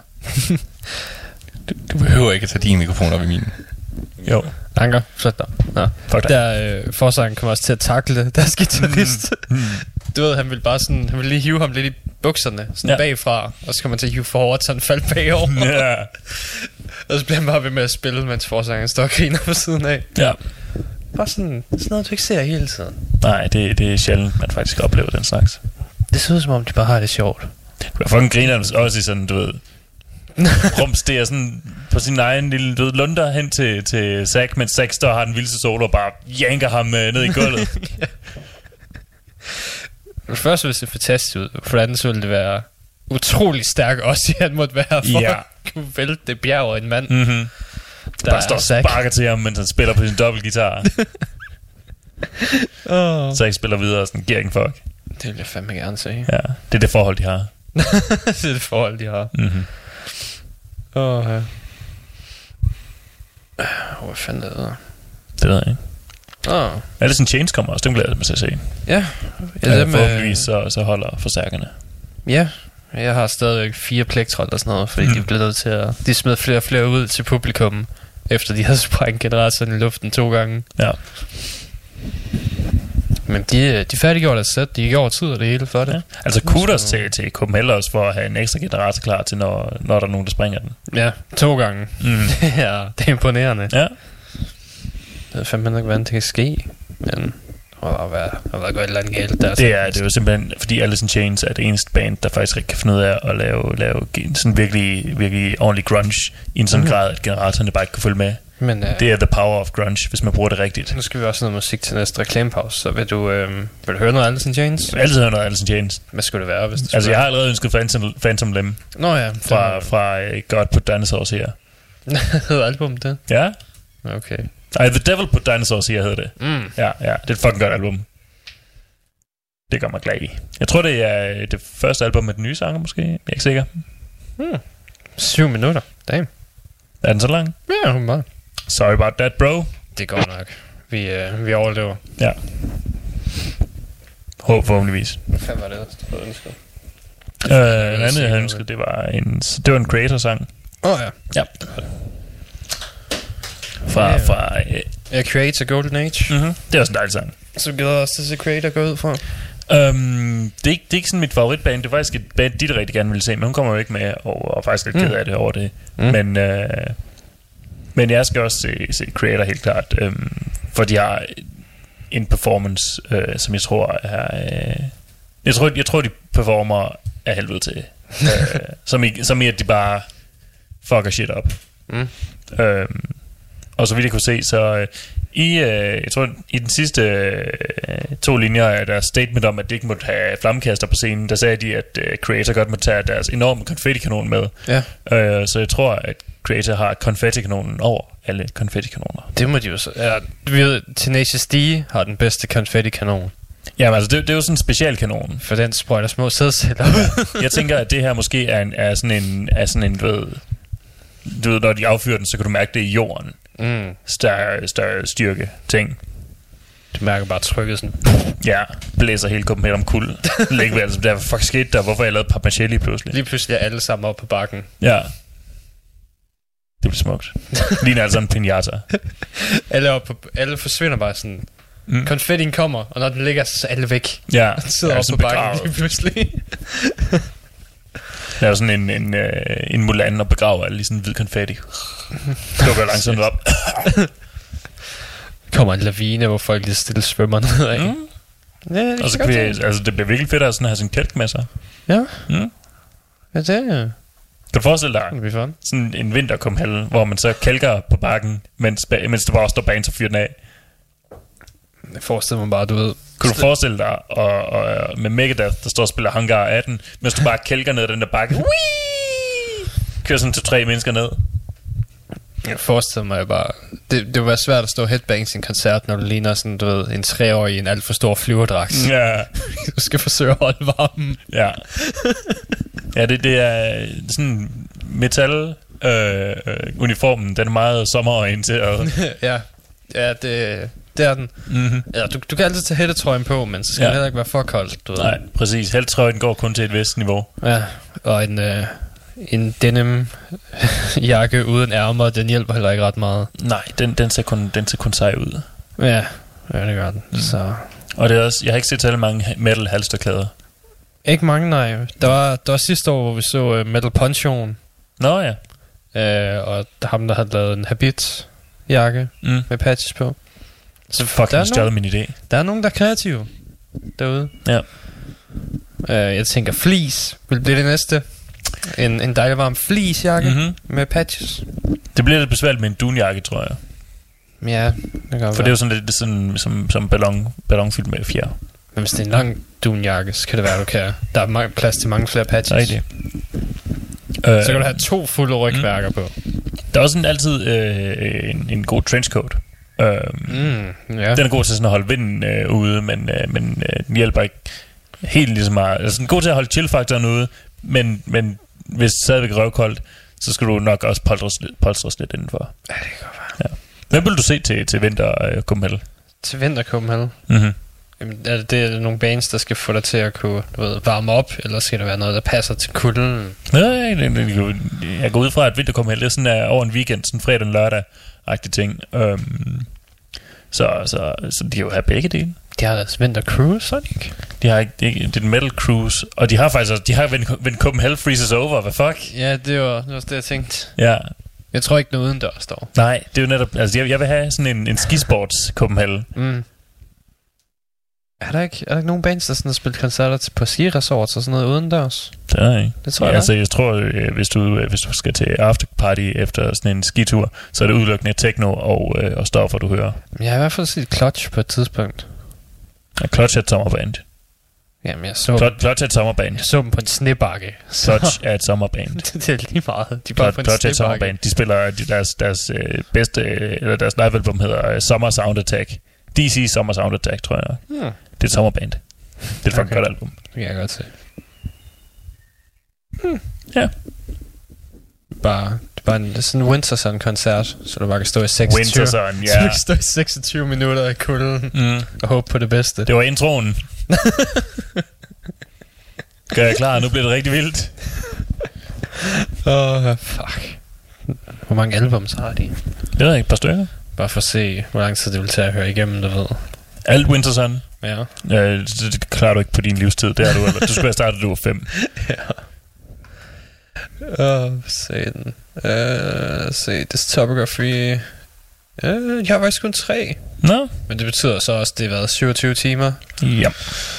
du behøver ikke at tage din mikrofon op i min. Jo. Anker, flyt dig. Nå. Forsangeren kom også til at takle deres guitarist. Du ved, han ville bare sådan, han ville lige hive ham lidt i bukserne, sådan bagfra, og så kom han til at hive for hårdt, så han faldt bagover. Og så blev han bare ved med at spille, mens forsangeren står og griner på siden af. Ja. Bare sådan noget, du ikke ser hele tiden. Nej, det er sjældent, man faktisk oplever den slags. Det ser ud som om, de bare har det sjovt. Du har fucking griner også i sådan, du ved, rumsterer sådan på sin egen lille lunder hen til Zack, mens Zack står og har den vildeste solo og bare janker ham ned i gulvet. Først ville det se fantastisk ud, for andet så ville det være utrolig stærk også, han måtte være for at kunne vælte det bjerg af en mand. Der bare står og sparker til ham, mens han spiller på sin dobbeltguitar. Zack spiller videre og sådan giver ikke fuck. Det vil jeg fandme gerne se. Ja, det er det forhold, de har. Det er det forhold, de har. Ja. Hvad fanden er det? Det ved jeg ikke. Alice in Chains kommer også, dem glæder jeg mig til at se. Ja. Forhåbentligvis så holder forstærkerne. Ja. Jeg har stadigvæk 4 plektrol og sådan noget, fordi de blev nødt til at... De smed flere og flere ud til publikum, efter de havde sprængt generatoren i luften 2 gange. Ja. Men de færdiggjorde deres sæt. De gik over tid og det hele for det. Ja. Altså kudos til Copenhagen også for at have en ekstra generator klar til, når der er nogen, der springer den. Ja, 2 gange. Ja, det er imponerende. Ja. Jeg ved fandme ikke, hvordan det kan ske. Men der har været gået et eller andet galt der. Det er jo simpelthen, fordi Alice in Chains er det eneste band, der faktisk ikke kan finde ud af at lave sådan virkelig ordentlig grunge i en sådan grad, at generatorerne bare ikke kan følge med. Men, det er the power of grunge, hvis man bruger det rigtigt. Nu skal vi også have noget musik til næste reklamepause. Så vil du høre noget Alice in Chains? Jeg vil altid høre noget Alice in Chains. Hvad skulle det være, hvis det Altså, jeg har allerede ønsket Phantom Limb. Nå ja. Fra God Put Dinosaurs Here. Hedder albumet det? Ja. Okay. The Devil Put Dinosaurs Here hedder det. Ja, det er et fucking godt album. Det gør mig glad i. Jeg tror, det er det første album med den nye sanger, måske. Jeg er ikke sikker. 7 minutter. Damn. Er den så lang? Ja, hun bare. Sorry about that, bro. Det går nok. Vi overlever. Ja. Forhåbentligvis. Hvad var det, du havde ønsket? Den anden, jeg havde ønsket, det var en Creator-sang. Ja. Ja. Fra Creator Golden Age. Det er også en dejlig sang. Så glæder jeg også til Creator gå ud fra. Det er ikke sådan mit favoritband. Det er faktisk et band, de rigtig gerne vil se, men hun kommer jo ikke med, og faktisk lidt ked af det over det. Men jeg skal også se Creator helt klart, for de har en performance, som jeg tror er... Jeg tror de performer af helvede til. Som i at de bare fucker shit op. Og så vidt jeg kunne se, så jeg tror i den sidste 2 linjer af deres statement om, at de ikke måtte have flammekaster på scenen, der sagde de, at Creator godt må tage deres enorme konfettikanon med. Ja. Så jeg tror, at Creator har konfettikanonen over alle konfettikanoner. Det må de jo så... Ja, vi ved, Tenacious D har den bedste konfettikanon. Jamen altså, det er jo sådan en specialkanon. For den sprøjter små sædceller. Jeg tænker, at det her måske er sådan en du ved, når de affyrer den, så kan du mærke det i jorden. Større styrke ting. Du mærker bare trykket sådan. Ja, blæser hele Copenhagen om kul. Læg ved, altså, hvad fuck skete der? Hvorfor jeg lavede papmaché lige pludselig? Lige pludselig er alle sammen oppe på bakken. Ja. Det bliver smukt. Ligner altså en piñata. alle forsvinder bare sådan. Konfettien kommer, og når den ligger, så er alle væk. Ja. Sidder oppe på bakken lige pludselig. Der er sådan en Mulan og begraver alle i sådan en hvid konfetti. Dukker langsomt op. Kommer en lavine, hvor folk lige stille svømmer ned af. Ja, og så kan altså det bliver virkelig fedt at sådan have sådan en kælk med sig. Ja. Ja, det er... Kan du forestille dig sådan en vinterkomhælde, hvor man så kælker på bakken, mens der bare står bag en, så fyrer den af? Jeg forestiller mig bare, du ved. Kunne du forestille dig og med Megadeth, der står og spiller Hangar 18, mens du bare kælker ned ad den der bakke? Kører sådan 2-3 mennesker ned. Jeg forestiller mig bare, det vil være svært at stå headbang til en koncert, når du ligner sådan, du ved, en 3-årig i en alt for stor flyverdragt. Ja. Du skal forsøge at holde varmen. Ja. Ja, det er sådan metal uniformen, den er meget sommerorienteret. Ja, det er den. Ja, du kan altid tage hættetrøjen på, men så skal det heller ikke være for koldt, du ved. Nej, præcis. Hættetrøjen går kun til et vist niveau. Ja, og en denim jakke uden ærmer, den hjælper heller ikke ret meget. Nej, den ser kun sej ud. Ja, det gør den. Så. Og det er også, jeg har ikke set så mange metal halsterklæder. Ikke mange, nej. Der var sidste år, hvor vi så Metal Punch-on. Nå ja. Og ham, der havde lavet en Habit jakke med patches på. Så fucking stjålet min idé. Der er nogen, der er kreative derude. Ja. Jeg tænker fleece vil blive det næste. En dejlig varm fleecejakke med patches. Det bliver lidt besværligt med en dunjakke, tror jeg. Ja, det kan være. For det er jo sådan lidt sådan, som ballonfyldt med fjer. Men hvis det er en lang dunjakke, så kan det være, du kan. Der er plads til mange flere patches. Rigtigt. Så kan du have 2 fulde rygværker på. Der er også altid en god trenchcoat. Ja. Den er god til sådan at holde vinden ude, men den hjælper ikke helt lige så meget. Altså den er god til at holde chill-faktoren ude, men hvis det stadigvæk er røvkoldt, så skal du nok også polstres lidt indenfor. Ja, det kan godt være. Ja. Hvad vil du se til vinter Copenhagen? Til vinter Copenhagen? Jamen, er det nogle bands, der skal få dig til at kunne varme op, eller skal det være noget, der passer til kulden? Jeg går ud fra, at vinter Copenhagen er sådan over en weekend, sådan fredag og lørdag-agtige ting. Så de kan jo have begge dele. De har deres vintercruise, så ikke? De har ikke, det er en metal cruise. Og de har faktisk også, de har When Copenhagen Freezes Over. Hvad fuck? Ja, det var det, jeg tænkte. Ja. Jeg tror ikke noget udendørs står. Nej, det er jo netop, altså jeg vil have sådan en skisports Copenhagen. Er der ikke nogen bands, der sådan har spillet koncerter på skiresorts og sådan noget udendørs? Det er ikke. Det tror jeg. Altså jeg tror, hvis du skal til afterparty efter sådan en skitur, så er det udelukkende techno og stoffer, du hører. Jeg har i hvert fald set Clutch på et tidspunkt. Ja, Clutch er et sommerband. Jamen, jeg så Clutch er et sommerband. Jeg så dem på en snebakke. Clutch er et sommerband. Det er lige meget. De bare på en Clutch er et sommerband. De spiller deres bedste, eller deres livealbum hedder Summer Sound Attack. DC Summer Sound Attack, tror jeg. Det er et sommerband. Det er et fucking godt album. Det kan jeg godt se. Ja. Bare sådan en Winterson-koncert, så du bare kan stå i 26 Winterson, ja. Så du kan stå i 26 minutter i kulden og håbe på det bedste. Det var introen. Gør jeg klar, nu bliver det rigtig vildt. Fuck. Hvor mange albums har de? Det ved jeg ikke, et par stykker. Bare for at se, hvor lang tid det vil tage at høre igennem, du ved. Alt Winterson? Ja. Det klarer du ikke på din livstid, det er du. Eller, du skulle have startet, du var 5. Ja. Se den. Se Discography. Jeg har faktisk kun 3. Nå. Men det betyder så også, at det har været 27 timer. Ja.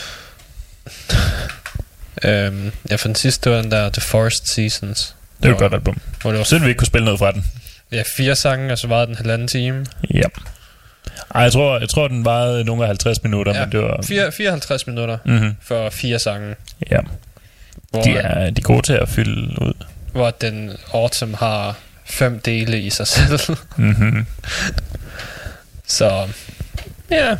Ja, for den sidste var den der The Forest Seasons. Det var et godt album. Siden vi ikke kunne spille noget fra den. Ja, 4 sange, og så var den 1,5 time. Ja. Ej, jeg tror den varede nogle af 50 minutter, ja, men det var 54 minutter for 4 sange. Ja. De er gode til at fylde ud. Hvor den Autumn har 5 dele i sig selv. Så ja.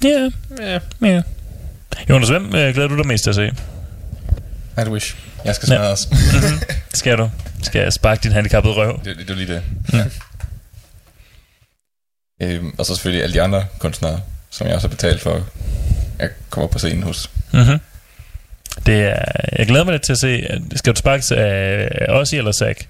Jonas, hvem glæder du dig mest til at se? Nightwish. Jeg skal smadres. Skal du? Skal jeg sparke din handicappede røv? Det er lige det. Ja. Og så selvfølgelig alle de andre kunstnere, som jeg også har betalt for at komme op på scenen hos. Jeg glæder mig lidt til at se. Skal du sparkes af Ozzy eller Zack?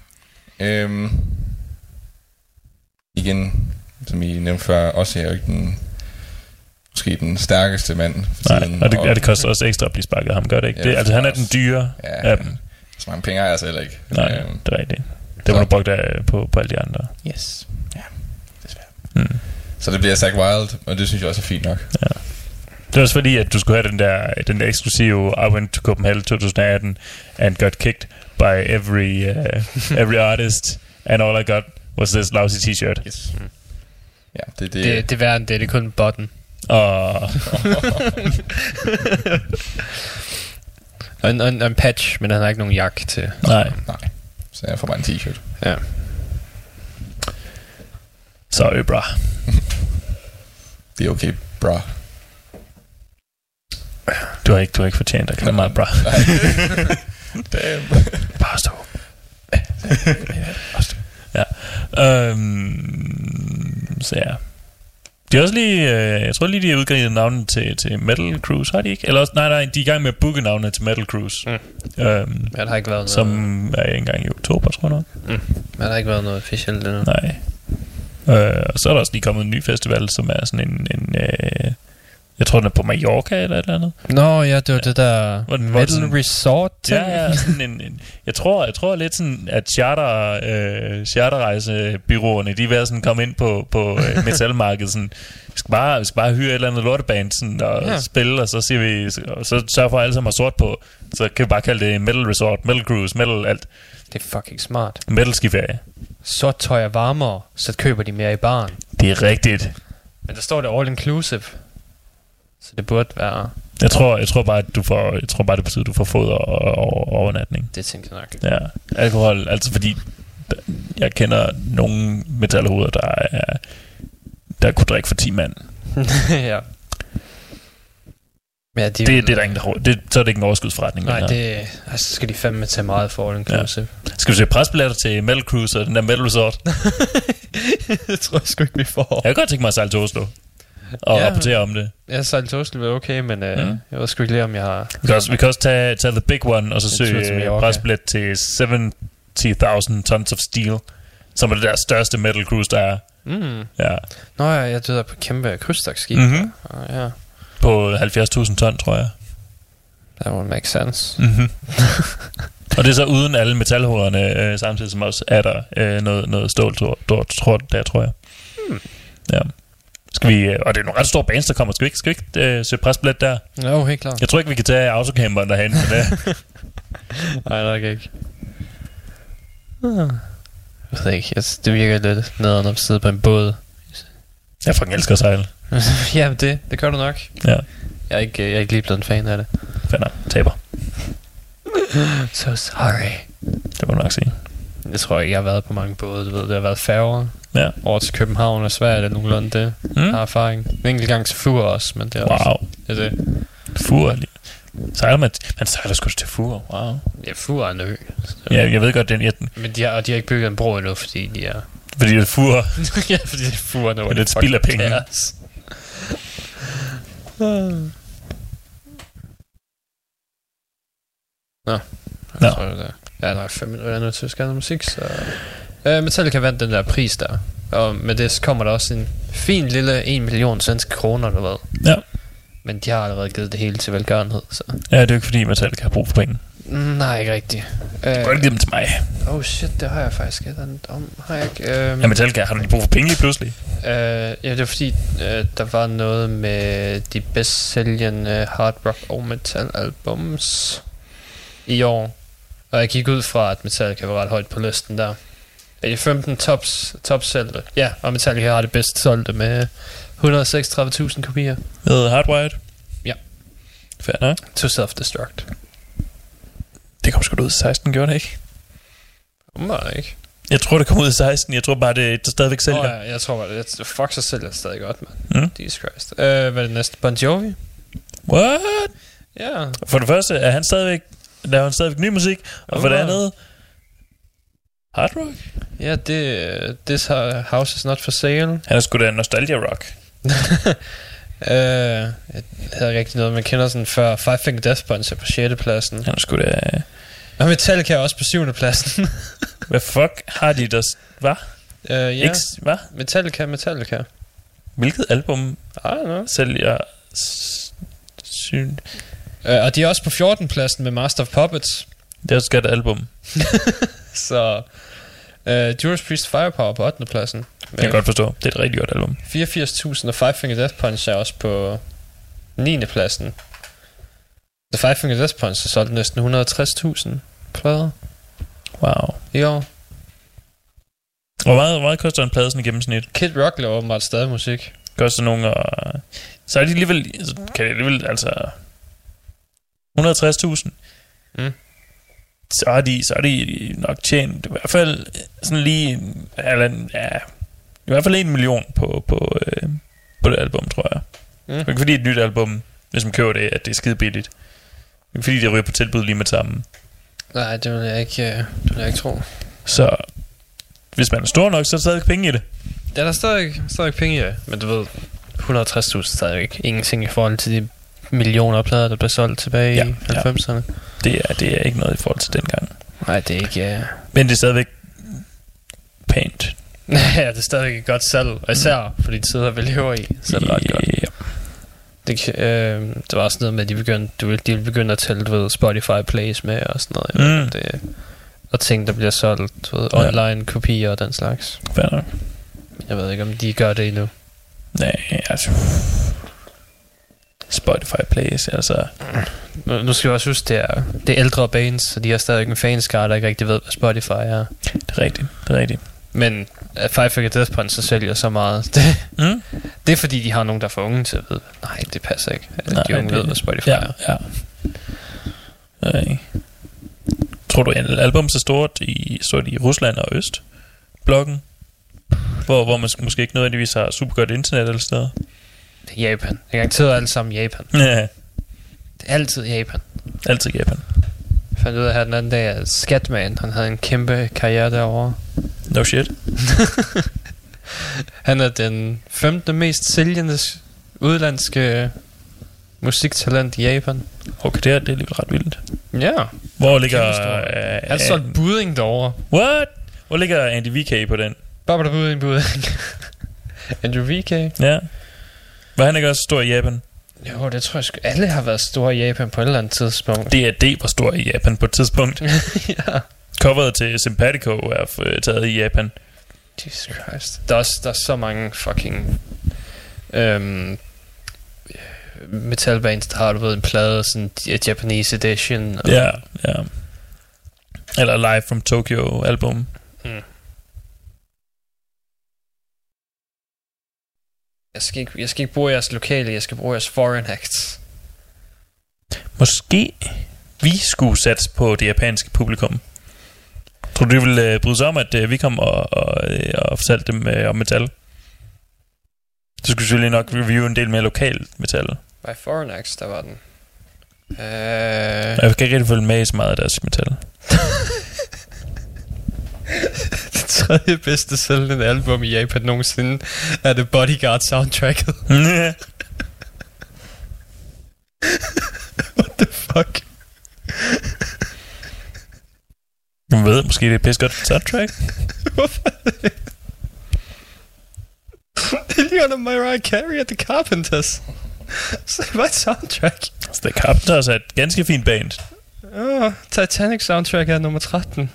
Igen, som I nævnte før, Ozzy er jo ikke måske den stærkeste mand for tiden. Og det koster også ekstra at blive sparket af ham, gør det ikke? Ja, han er den dyre af dem. Så mange penge er jeg så heller ikke. Nej, det er rigtigt. Det var du brugt på alle de andre. Yes. Ja, desværre. Så det bliver Zack Wild, og det synes jeg også er fint nok. Ja. Det var også fordi, at du skulle have den der eksklusive I Went to Copenhagen 2018 and got kicked by every artist, and all I got was this lousy t-shirt. Yes. Ja, det er værre end det er kun en button. En patch, men han har ikke nogen jakke til. Nej. Så jeg får bare en t-shirt. Ja. Sorry, bra. Det er okay, bra. Du har ikke fortjent at kalde mig bra. Damn. Bare stå. Ja. Så ja. De er også lige, jeg tror lige, de har udgivet navnet til Metal Cruise, har de ikke? Eller også, nej, de er i gang med at booke navnet til Metal Cruise. Der har ikke været noget. Som er en gang i oktober, tror jeg nok. Men der har ikke været noget officielt endnu. Nej. Og så er der også lige kommet en ny festival, som er sådan en jeg tror den er på Mallorca eller et eller andet. Nå ja, det var det der Metal Resort ting. Ja, sådan jeg tror lidt sådan at charterrejsebyråerne, de er ved at sådan komme ind på metalmarkedet sådan, vi skal bare hyre et eller andet lorteband sådan, og spille, og så siger vi, så sørger for at alle sammen har sort på, så kan vi bare kalde det Metal Resort, Metal Cruise, Metal alt. Det er fucking smart. Metal skiferie. Sort tøj er varmere, så køber de mere i baren. Det er rigtigt. Men der står det all inclusive. Så det burde være. Jeg tror bare at det betyder at du får fod og overnatning. Det tænker jeg nok. Ja, alkohol, altså fordi jeg kender nogle metalhoveder der kunne drikke for 10 mand. Ja. Ja, det er der ingen der så er det ikke en overskudsforretning. Nej, så skal de fandme tage meget for all inclusive. Ja. Skal vi se presbilletter til Metal Cruise og den der Metal Resort? Det tror jeg sgu ikke vi får. Jeg kan godt tænke mig at sejle til Oslo og rapportere om det. Jeg sejlede til Oslo, det var okay, men jeg ved sgu ikke lige om jeg har. Vi kan også tage The Big One og så søge presbillet til 70,000 tons of steel, som er det der største metal cruise der er. Ja. Nå ja, jeg døde på kæmpe krydstogtskib. Ja. På 70.000 ton, tror jeg. That would make sense. Mm-hmm. Og det er så uden alle metalhovederne, samtidig som også er der noget stål, tror jeg. Ja. Skal vi, og det er nogle ret store bands, der kommer. Skal vi ikke søge presbillet der? Jo, helt klart. Jeg tror ikke, vi kan tage autocamperen derhen med det. Nej, nok ikke. Jeg ved ikke, det virker lidt nederen at sidde på en båd. Jeg fucking elsker at sejle. Ja, det gør du nok. Ja. Jeg er ikke lige blevet en fan af det. Fanden, taber. So sorry. Det må du nok sige. Jeg tror ikke, jeg har været på mange både. Du ved, det har været færger. Ja. Over til København og Sverige, det er nogenlunde det. Har erfaring. En enkelt gang til Fur også, men det er også... Det er det. Fur sejler man sejler sgu til Fur. Wow. Ja, Fur er en ø. Ja, jeg ved godt den. Men de har ikke bygget en bro endnu, fordi de er... Fordi det er Fur. Ja, fordi det er Fur, når det er et spild af penge. Nå. Jeg tror det der. Ja, der er 5 minutter nu til at skære noget musik, så... Metallica vandt den der pris der. Og med det så kommer der også en fin lille 1 million svenske kroner, du ved. Ja. Men de har allerede givet det hele til velgørenhed, så... Ja, det er jo ikke fordi Metallica har brug for penge. Nej, ikke rigtigt. Du kan ikke give dem til mig. Oh shit, det har jeg faktisk ikke. Har jeg ikke... Ja, Metallica, har du lige brug for penge lige pludselig? Ja, det er fordi, der var noget med de bedst sælgende hard rock og metal albums i år. Og jeg gik ud fra, at Metallica var ret højt på listen der. De 15 top sælgte. Ja, og Metallica har det bedst solgte med 136.000 kopier. Med Hardwired? Ja. Fair nok. To Self-Destruct. Det kom sgu ud i 16, gjorde det ikke? Var det ikke? Jeg tror, det kom ud i 16. Jeg tror bare, det stadigvæk sælger. Ja, jeg tror bare, det fuck, så sælger det stadig godt, man. Jesus Christ. Hvad er det næste? Bon Jovi? What? Ja. Yeah. For det første, er han stadigvæk... laver han stadigvæk ny musik, og for det andet... Hard rock? Ja, This House is Not For Sale. Han er sgu da nostalgia rock. Jeg havde rigtig noget, man kender sådan før Five Finger Death Punch på 6. pladsen. Han er sgu da... Og Metallica er også på 7. pladsen. Hvad fuck har de der... Hvad? Ja. Hvad? Metallica. Hvilket album sælger... Og de er også på 14. pladsen med Master of Puppets. Det er også et album. Så Judas Priest Firepower på 8. pladsen. Jeg kan godt forstå. Det er et rigtig godt album. 84.000, og Five Finger Death Punch er også på 9. pladsen. The Five Finger Death Punch har solgt næsten 160.000 plader. Wow. I år. Hvor meget koster en plade sådan i gennemsnit? Kid Rock laver åbenbart stadig musik. Koster nogle og... Så er de alligevel... Kan det alligevel altså... 160.000. Så er de nok tjent i hvert fald sådan lige i hvert fald 1 million på det album, tror jeg. Det er ikke fordi et nyt album, hvis man køber det, at det er skide billigt. Det er ikke fordi det ryger på tilbud lige med sammen. Nej, det vil jeg ikke tro. Så hvis man er stor nok, så er der stadig penge i det. Ja, der er stadig penge i det. Men du ved, 160.000 stadig ikke ingenting i forhold til de millioner af plader, der blev solgt tilbage i 90'erne. Det er ikke noget i forhold til dengang. Nej, det er ikke... Men det er stadigvæk pænt. Ja, det er stadigvæk et godt salg. Og især for de tider, vi lever i, så er det ret godt. Det var også noget med, at de begyndte at tælle, du ved, Spotify Plays med og sådan noget. Og ting, der bliver solgt, du ved, online kopier og den slags. Fair nok. Jeg ved ikke, om de gør det endnu. Nej, altså... Spotify Plays, altså... Nu skal jeg også huske, det er ældre bands, så de har stadig en fanskare, der ikke rigtig ved, hvad Spotify er. Det er rigtigt. Men at Five Finger Death Punch så sælger så meget. Det er fordi, de har nogen, der er for unge til at vide. Nej, det passer ikke. De unge ved, hvad Spotify er. Ja. Tror du, at album så stort i Rusland og Østblokken? Hvor man måske ikke nødvendigvis har super godt internet eller steder? Det er Japan. Jeg garanteret alle sammen Japan. Ja. Det er altid Japan. Altid Japan. Jeg fandt ud af her den anden dag, at Scatman, han havde en kæmpe karriere derovre. No shit. Han er den 15. mest sælgende udlandske musiktalent i Japan. Okay, det er alligevel ret vildt. Ja. Hvor ligger... Han har solgt Budding derovre. What? Hvor ligger Andy VK på den? Bare der Budding. Andrew VK? Ja. Var han ikke også stor i Japan? Jo, det tror jeg sgu. Alle har været store i Japan på et eller andet tidspunkt. D&D var stor i Japan på et tidspunkt. Ja. Coveret til Sympatico er taget i Japan. Jesus Christ. Der er så mange fucking metalbands, der har du ved en plade, sådan et Japanese edition. Ja. Eller Live from Tokyo album. Jeg skal ikke bruge jeres lokale, jeg skal bruge jeres foreign acts. Måske vi skulle satse på det japanske publikum. Tror du, de ville bryde sig om, at vi kom og fortalte dem om metal? Så skulle vi selvfølgelig nok review en del mere lokal metal. By foreign acts, der var den. Jeg kan ikke rigtig følge med i så meget af deres metal. Det tredje bedste sælgende album i Japan nogensinde er The Bodyguard soundtracket. What the fuck? Jeg ved, måske det er pisse godt soundtrack. Hvorfor det? Det er lige under Mariah Carey og The Carpenters. Så det var et soundtrack. Så The Carpenters er et ganske fint band. Titanic soundtrack er nummer 13.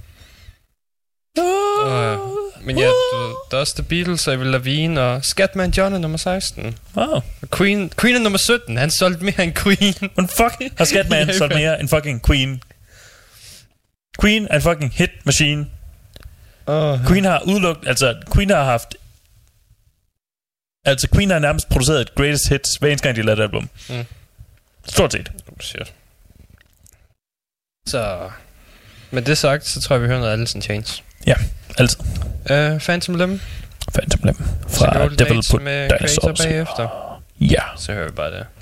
Men ja, der er også The Beatles og Avril Lavigne og Scatman John er nummer 16. Wow. Queen er nummer 17. Han solgte mere end Queen. Men fuck, har Scatman solgt mere end fucking Queen? Queen er en fucking hit machine. Queen har udelukket, Queen har nærmest produceret et greatest hits hver eneste gang de lavede et album. Stort set. Shit. Så med det sagt, så tror jeg vi hører noget Alice in Chains. Ja, altid. Phantom Limb fra Devil Put Dinosaurs bagefter. Ja. Så hører vi bare det.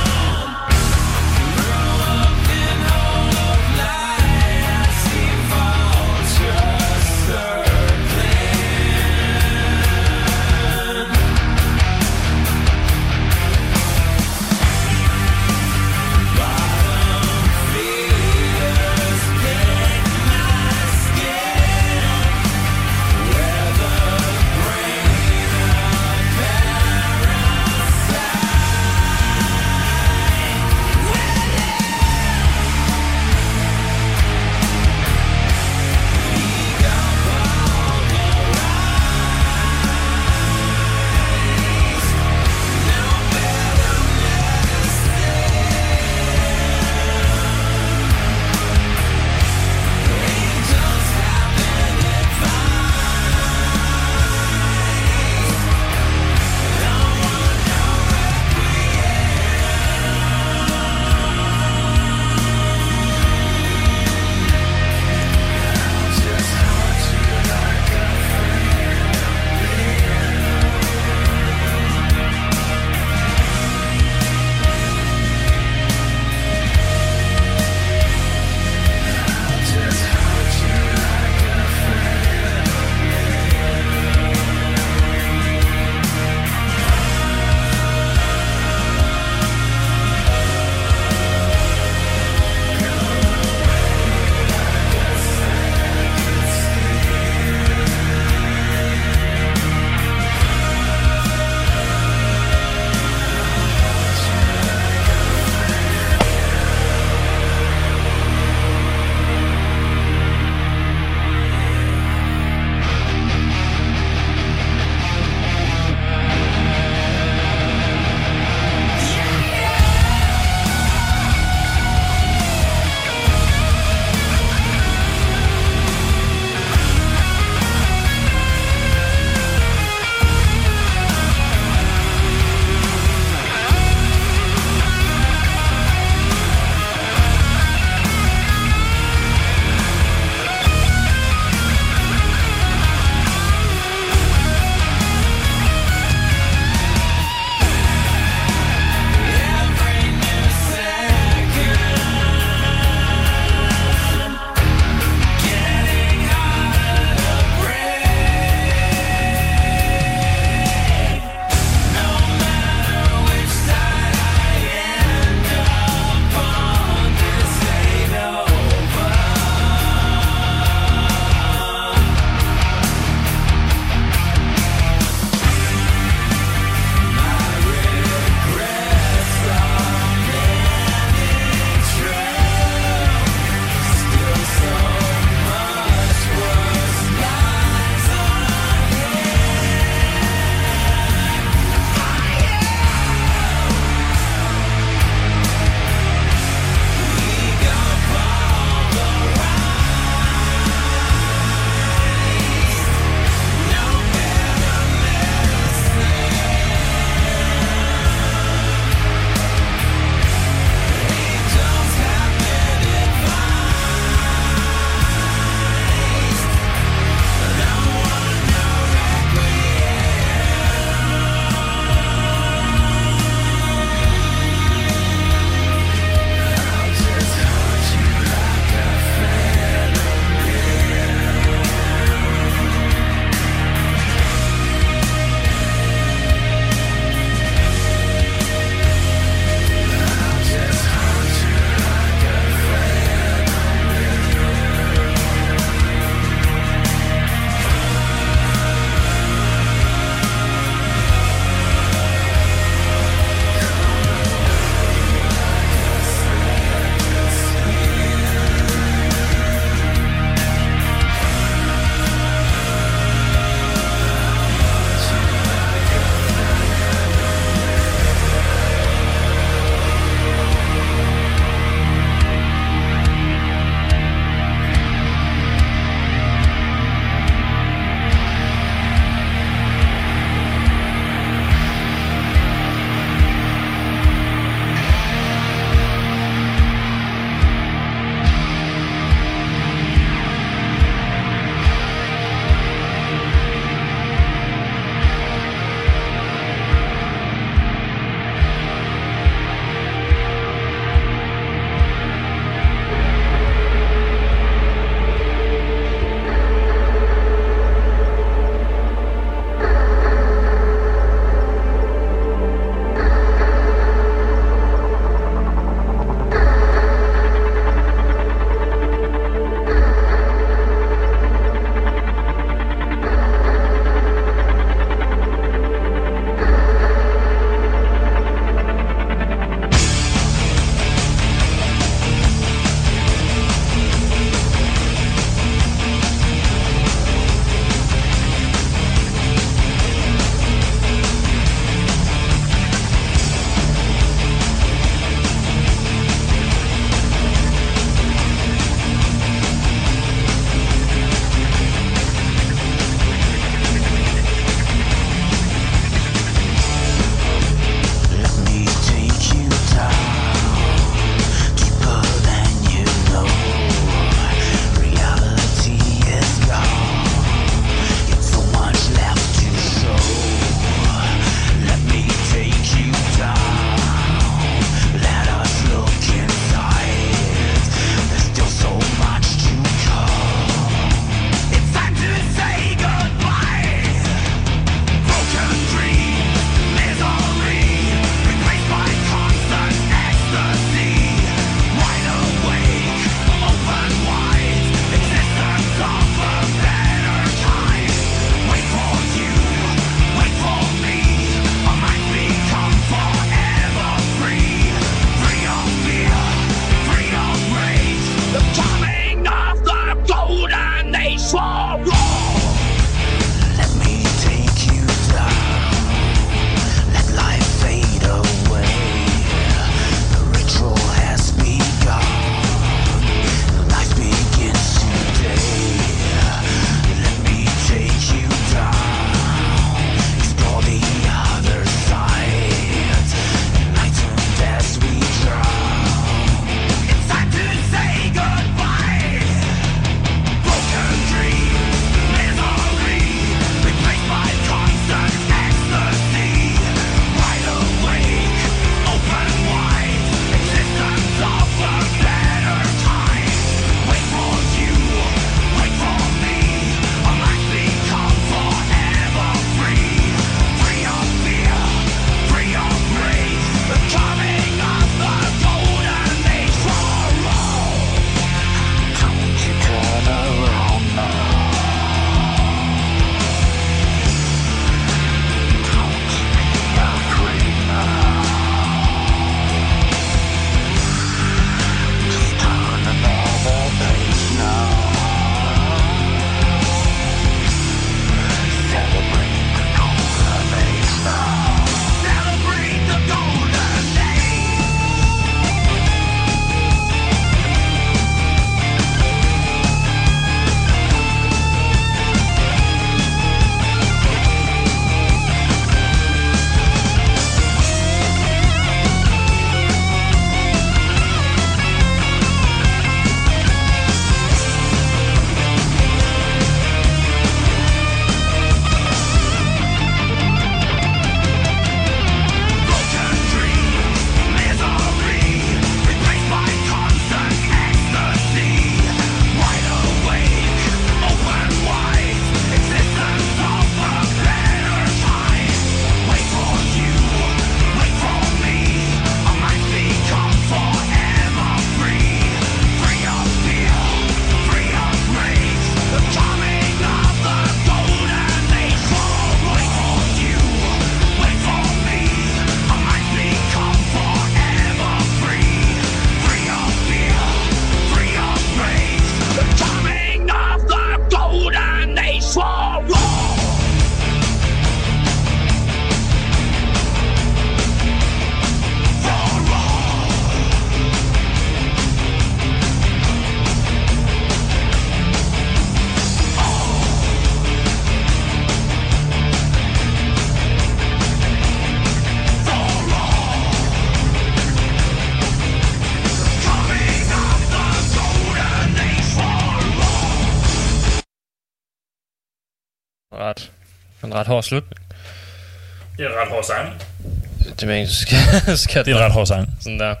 en ret hård slutning. Det er en ret hård sang. Det mener, skal det er en ret hård sang. Sådan der.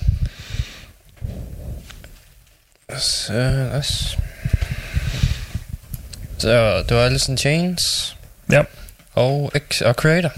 Så det var Alice in Chains. Ja. Og Creator.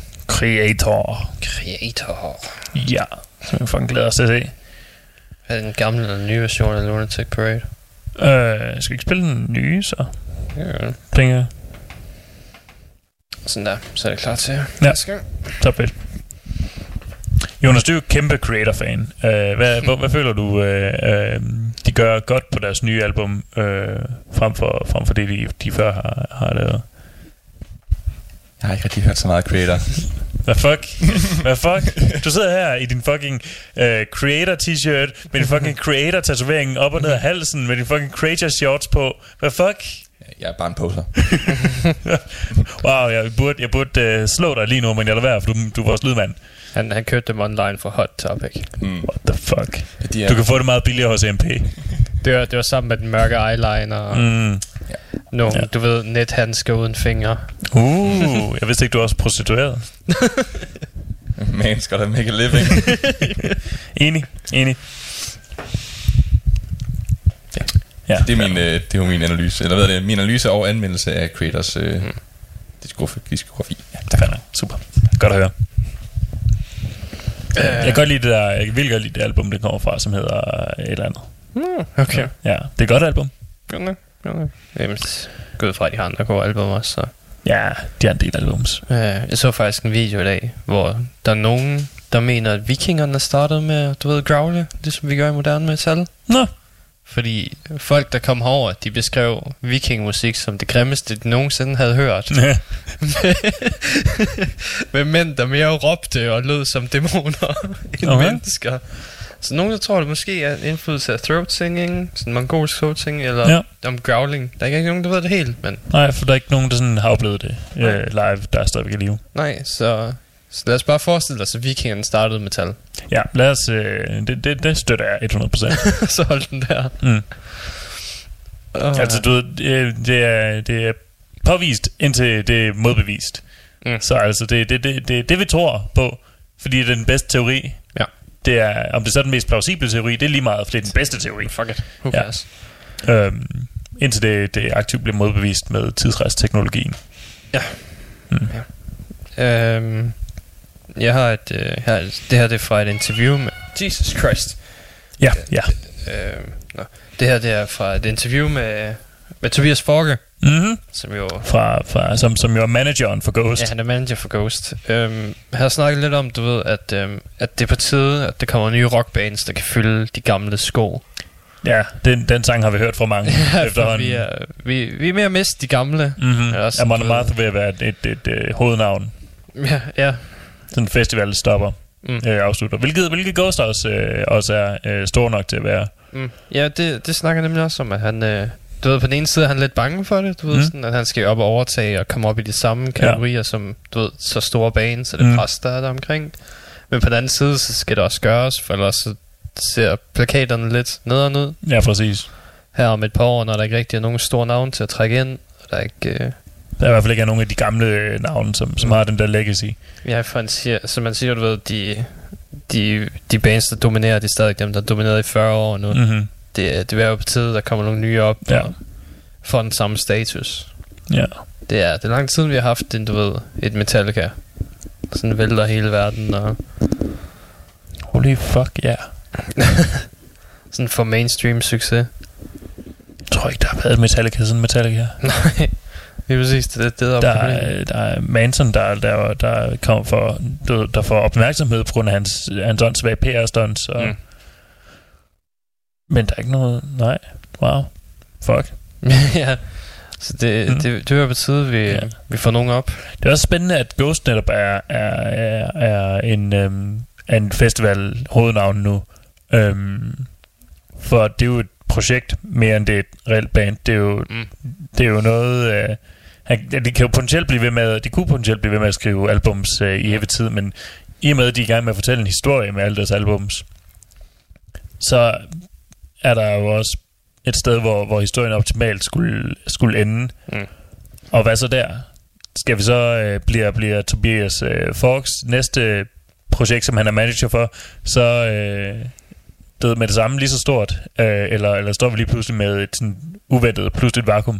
Creator. Ja, så jeg fucking glæder os til at se. Er det den gamle eller den nye version af Lunatic Parade? Jeg skal ikke spille den nye, så Ja. tænker jeg. Sådan der, så er det klar til. Ja, top fedt. Jonas, du er jo kæmpe Creator-fan. Hvad føler du, de gør godt på deres nye album, frem for det, de før har lavet? Jeg har ikke rigtig hørt så meget Creator. Hvad fuck? Du sidder her i din fucking Creator t-shirt med din fucking Creator tatovering op og ned af halsen med din fucking Creator shorts på. Hvad fuck? Jeg er bare en poser. Wow, jeg burde slå dig lige nu, men jeg lader være, for du er vores lydmand. Han kørte dem online for Hot Topic. What the fuck? Du kan få det meget billigere hos MP. Det var sammen med den mørke eyeliner og nogle, du ved, nethandsker uden fingre. Jeg vidste ikke, du er også prostitueret. Man's got to make a living. Enig. Ja. Det er jo min analyse. Eller hvad er det? Min analyse og anmeldelse af Creators diskografi. Ja, det fandt jeg. Super. Godt at høre. Jeg kan godt lide det der. Jeg vil godt lide det album, det kommer fra, som hedder et eller andet. Okay. Ja, det er et godt album. Godt nok. Jamen, gå ud fra, de har andre gode album også, så. Ja, de har en del albums. Jeg så faktisk en video i dag, hvor der er nogen, der mener, at vikingerne startede med, du ved, growle, ligesom vi gør i moderne metal. Nå. Fordi folk, der kom herover, de beskrev vikingmusik som det grimmeste, de nogensinde havde hørt. Ja. Med mænd, der mere råbte og lød som dæmoner end mennesker. Så nogen, der tror, det måske er en indflydelse af throat singing, sådan mongolsk throat singing, eller om growling. Der er ikke nogen, der ved det helt, men... Nej, for der er ikke nogen, der sådan har oplevet det live, der er stadigvæk i live. Nej, så lad os bare forestille os, at vikingerne startede metal. Ja, lad os... det støtter jeg 100%. Så hold den der. Altså, du ved, det er påvist, indtil det er modbevist. Så altså, det vi tror på, fordi det er den bedste teori. Ja. Det er, om det er så den mest plausible teori, det er lige meget, for det er den bedste teori. Fuck it. Who cares? Indtil det aktivt bliver modbevist med tidsrejsteknologien. Ja. Jeg har det her det er fra et interview med Jesus Christ. Ja. Det her det er fra et interview med Tobias Forge. Som jo som jo er manageren for Ghost. Ja, han er manager for Ghost. Han har snakket lidt om, du ved, at det er på tide, at der kommer nye rockbands, der kan fylde de gamle sko. Ja, den sang har vi hørt fra mange efterhånden. Vi er mere mist de gamle. Amon Amarth vil være et hovednavn. Ja. Sådan en festival stopper. Afslutter. Hvilket Ghost også er stor nok til at være. Ja, det snakker nemlig også om, at han... Du ved, på den ene side er han lidt bange for det. Du ved, sådan, at han skal op og overtage og komme op i de samme kategorier som, du ved, så store bands, så det pres, der er der omkring. Men på den anden side, så skal det også gøres, for ellers så ser plakaterne lidt ned og ned. Ja, præcis. Her om et par år, når der ikke rigtig er nogen store navn til at trække ind, og der er ikke... Der er i hvert fald ikke nogen af de gamle navne, som har den der legacy. Ja, så man siger, du ved, de bands, der dominerer, de er stadig dem, der har domineret i 40 år nu. Det er jo på tide, der kommer nogle nye op og får den samme status. Ja. Det er lang tid, vi har haft du ved, et Metallica. Sådan vælter hele verden og... Holy fuck, ja. Sådan for mainstream succes. Jeg tror ikke, der har været Metallica sådan Metallica. Nej, det er præcis det der er Manson, der kommer for, der får opmærksomhed på grund af hans åndssvage PR-stunts og... Men der er ikke noget... Nej. Wow. Fuck. Ja. Så det er på tide, vi får nogen op. Det er også spændende, at Ghost netop er en festival hovednavn nu. For det er jo et projekt mere end det er et reelt band. Det er jo noget... de kan jo potentielt blive ved med at skrive albums i evig tid, men i og med, at de er i gang med at fortælle en historie med alle deres albums, så er der jo også et sted, hvor historien optimalt skulle ende. Og hvad så der? skal vi så bliver Tobias Fox næste projekt, som han er manager for, så med det samme lige så stort, eller står vi lige pludselig med et sådan uventet pludseligt vakuum?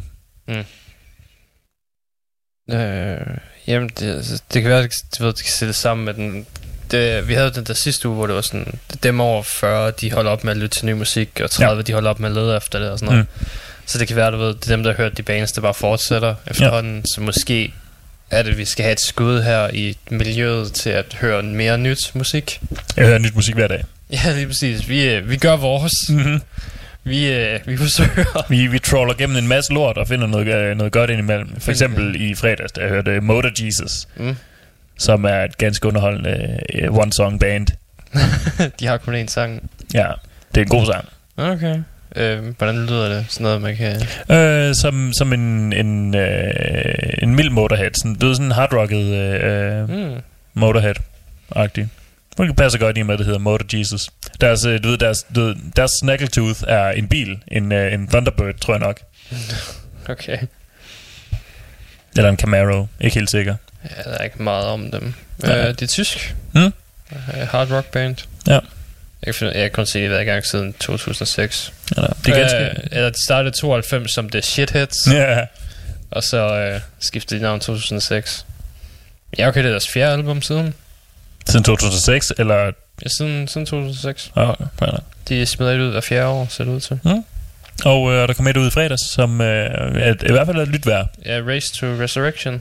Jamen, det kan være, at det kan sætte sammen med den. Vi havde den der sidste uge, hvor det var sådan, dem over 40, de holder op med at lytte til ny musik, og 30, de holder op med at lede efter det og sådan noget. Så det kan være, det er dem, der har hørt de bands, der bare fortsætter efterhånden. Så måske er det, vi skal have et skud her i miljøet til at høre mere nyt musik. Jeg hører nyt musik hver dag. Ja, lige præcis. Vi gør vores. Vi forsøger. Vi troller gennem en masse lort og finder noget godt indimellem. For eksempel i fredags, der jeg hørte Motor Jesus, som er et ganske underholdende one-song band. De har kun én sang. Ja, det er en god sang. Okay. Hvordan lyder det? Sådan noget, man kan... Som en mild Motorhead. Det er sådan en hardrocket Motorhead-agtig. Det passer godt i med, at det hedder Motor Jesus. Deres Snaggletooth er en bil. En Thunderbird, tror jeg nok. Okay. Eller en Camaro. Ikke helt sikker. Ja, der er ikke meget om dem. Det er tysk. Hard rock band. Ja. Jeg kan kun se, det i gang siden 2006. Ja, det er ganske... Eller det startede 92 som The Shitheads. Ja. Og så skiftede de navn 2006. Ja, okay, det er deres 4. album siden. Siden 2006, eller? Ja, siden 2006. Okay. De smider et ud hver 4 år, ser det ud til. Og der kom et ud i fredags, som i hvert fald er et lyt værd. Ja, Race to Resurrection.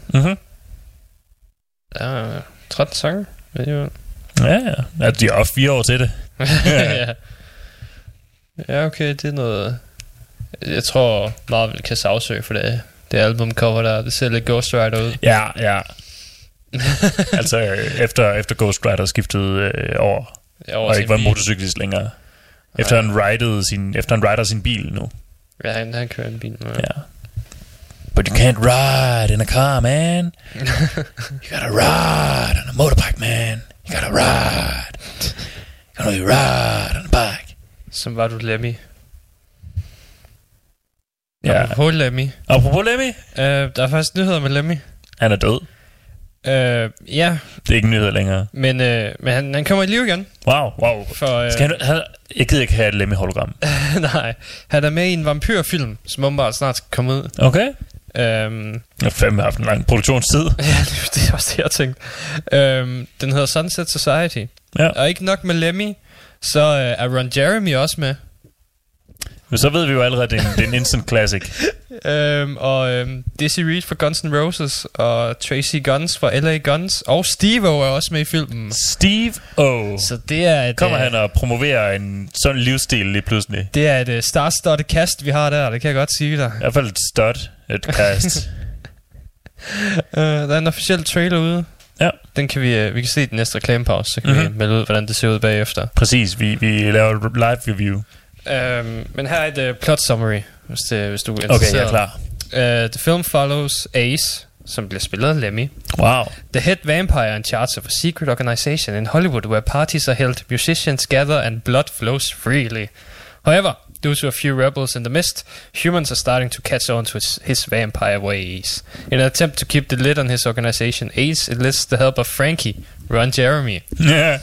Ja, 13 sange. Ja, de har også 4 år til det. Ja, okay, det er noget... Jeg tror meget, vi kan sagsøge for det albumcover der. Det ser lidt Ghost Rider ud. Ja. Altså efter Ghost Rider skiftede over og ikke var en motorcyklist længere. Efter han rider sin bil nu. Ja, han kører en bil nu. Ja. But you can't ride in a car, man. You gotta ride on a motorbike, man. You gotta ride. You gotta ride on a bike. Som var du Lemmy. Ja. Apropos Lemmy. Der er faktisk nyheder med Lemmy. Han er død. Ja. Det er ikke nyheder længere. Men han kommer i liv igen. Wow. For, jeg gider ikke have et Lemmy-hologram. Nej. Han er med i en vampyrfilm, som åbenbart snart skal komme ud. Okay. Jeg har fandme haft en lang produktionstid. Ja, det er også det, jeg tænkte. Den hedder Sunset Society. Ja. Og ikke nok med Lemmy, så er Ron Jeremy også med. Men så ved vi jo allerede, at det er en instant classic. Dizzy Reed fra Guns N' Roses, og Tracy Guns fra LA Guns, og Steve-O er også med i filmen. Steve-O. Så det er et... Kommer han og promoverer en sådan livsstil lige pludselig? Det er et star-studded cast, vi har der, det kan jeg godt sige dig. I hvert fald et cast. Der er en officiel trailer ude. Ja. Den kan vi kan se den næste reklamepause, så kan vi melde ud, hvordan det ser ud bagefter. Præcis, vi laver et live review. Men her er et plot summary, hvis du er interesseret. Okay, jeg er klar. The film follows Ace, som bliver spillet af Lemmy. Wow. The head vampire in charge of a secret organization in Hollywood where parties are held, musicians gather and blood flows freely. However, due to a few rebels in the mist, humans are starting to catch on to his vampire ways. In an attempt to keep the lid on his organization, Ace enlists the help of Frankie, Ron Jeremy. Yeah.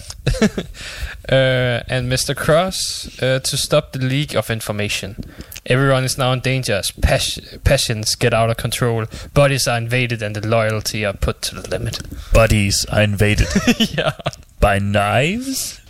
And Mr. Cross to stop the leak of information. Everyone is now in danger as passions get out of control. Bodies are invaded and the loyalty are put to the limit. Bodies are invaded. Ja. By knives?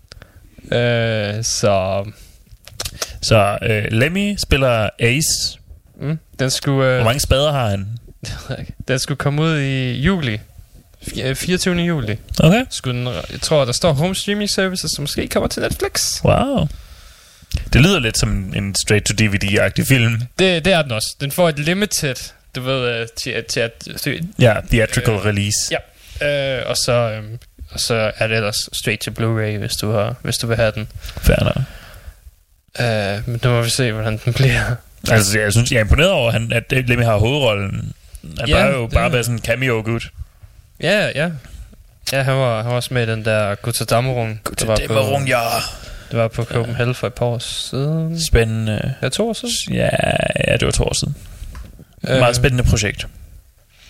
Så Lemmy spiller Ace. Den skulle... Hvor mange spader har han? Den skulle komme ud i juli. 24. juli. Okay. Jeg tror, der står home streaming services, som måske kommer til Netflix. Wow. Det lyder lidt som en straight-to-DVD-agtig film. Det er den også. Den får et limited, du ved, theatrical release. Ja. Og så er det ellers straight to Blu-ray, hvis du vil have den. Fair nok. Men nu må vi se, hvordan den bliver. Altså, jeg synes, jeg er imponeret over, at Lemmy har hovedrollen. Han plejer jo bare være sådan en cameo-gut. Ja. Ja, han var også med i den der Gutterdammerung. Ja. Det var på Copenhagen for et par år siden. Spændende. Ja, 2 år siden? Ja, det var 2 år siden. Meget spændende projekt.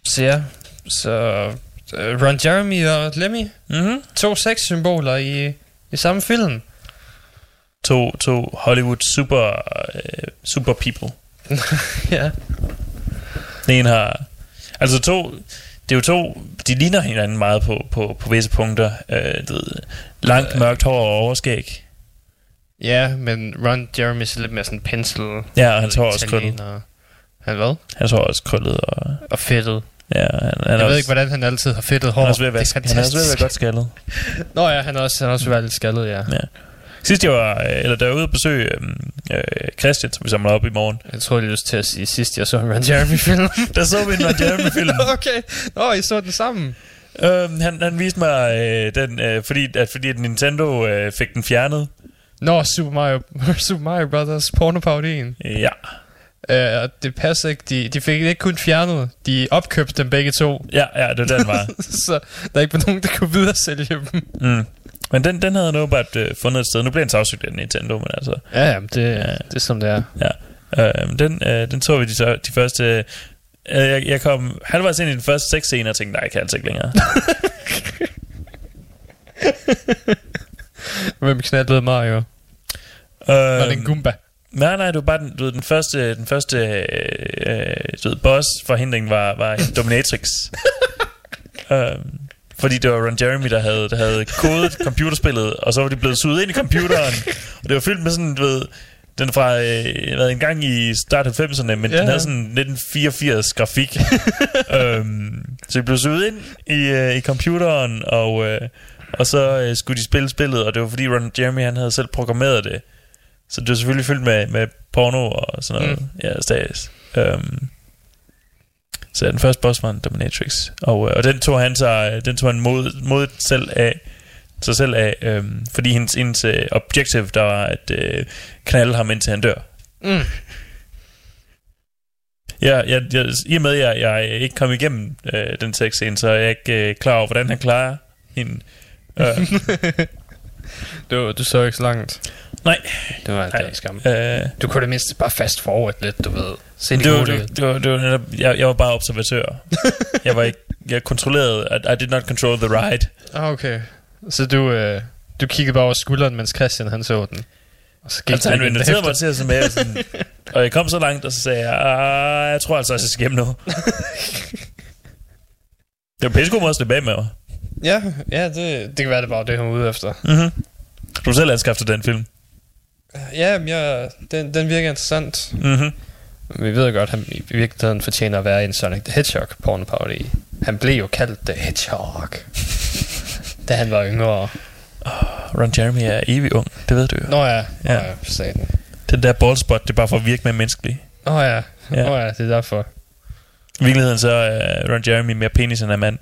Så Ron Jeremy og Lemmy, 2 sexsymboler i samme film. To Hollywood super people. Ja. Den har... Altså det er jo to... De ligner hinanden meget på visse punkter. Langt, mørkt hår og overskæg. Ja, men Ron Jeremy er lidt mere sådan pensel. Ja, og hans hår er også krøllet. Han hvad? Hans hår er også krøllet og fedtet. Ja, jeg ved ikke, hvordan han altid har fedtet hår. Han er også ved at være godt skaldet. Nå ja, han er også været lidt skaldet, ja. Sidst jeg var, eller da jeg var ude at besøge Christian, som vi samler op i morgen. Jeg tror lige lyst til at sige, sidst jeg så en Ron Jeremy-film. Der så vi en Ron Jeremy-film. Okay, I så den sammen. Han viste mig den, fordi Nintendo fik den fjernet. Super Mario Brothers pornoparodien. Ja. Det passer ikke. De fik ikke kun fjernet. De opkøbte dem begge to. Ja, det den var. Så der er ikke nogen, der kunne videre sælge dem. Men den havde nu bare fundet et sted. Nu bliver den sagsøgt af Nintendo, men altså... Ja, det er som det er. Ja. Den så vi de første... Jeg kom halvvejs ind i den første 6 scener og tænkte, nej, jeg kan altså ikke længere. Hvem knaldede Mario? Var det en Goomba? Nej, det var bare den første boss-forhindring var Dominatrix. Fordi det var Ron Jeremy, der havde kodet computerspillet, og så var de blevet suget ind i computeren, og det var fyldt med sådan, du ved, den fra en gang i start 90'erne, men den havde sådan 1984 grafik. Så de blev suget ind i computeren, og så skulle de spille spillet, og det var fordi Ron Jeremy, han havde selv programmeret det. Så det var selvfølgelig fyldt med porno og sådan noget. Ja, stadig. Så den første boss var en Dominatrix, og den tog han mod sig selv af, fordi hendes objective der var at knalde ham indtil han dør. I og med at jeg ikke kom igennem den sexscene, så er jeg ikke klar over hvordan han klarer hende. Du så ikke så langt. Nej. Det var en skam. Du kunne det mindste bare fast forward lidt, du ved. Jeg var bare observatør. Jeg kontrollerede. I did not control the ride. Okay. Så du kiggede bare over skulderen, mens Christian han så den. Og så altså han inviterede mig til at se med sådan, og jeg kom så langt, og så sagde jeg tror altså, jeg skal hjem nu. Det var pissegod måde at slippe af med mig. Ja, det kan være det bare det, han var ude efter. Du selv anskaffede den film. Ja, den virker interessant. Vi ved godt, han i virkeligheden fortjener at være en Sonic the Hedgehog pornoparody. Han blev jo kaldt The Hedgehog, da han var yngre. Ron Jeremy er evig ung, det ved du jo. Nå ja, sagde den. Den der ballspot, det er bare for at virke mere menneskelig. Ja, det er derfor. I virkeligheden så er Ron Jeremy mere penis end en mand.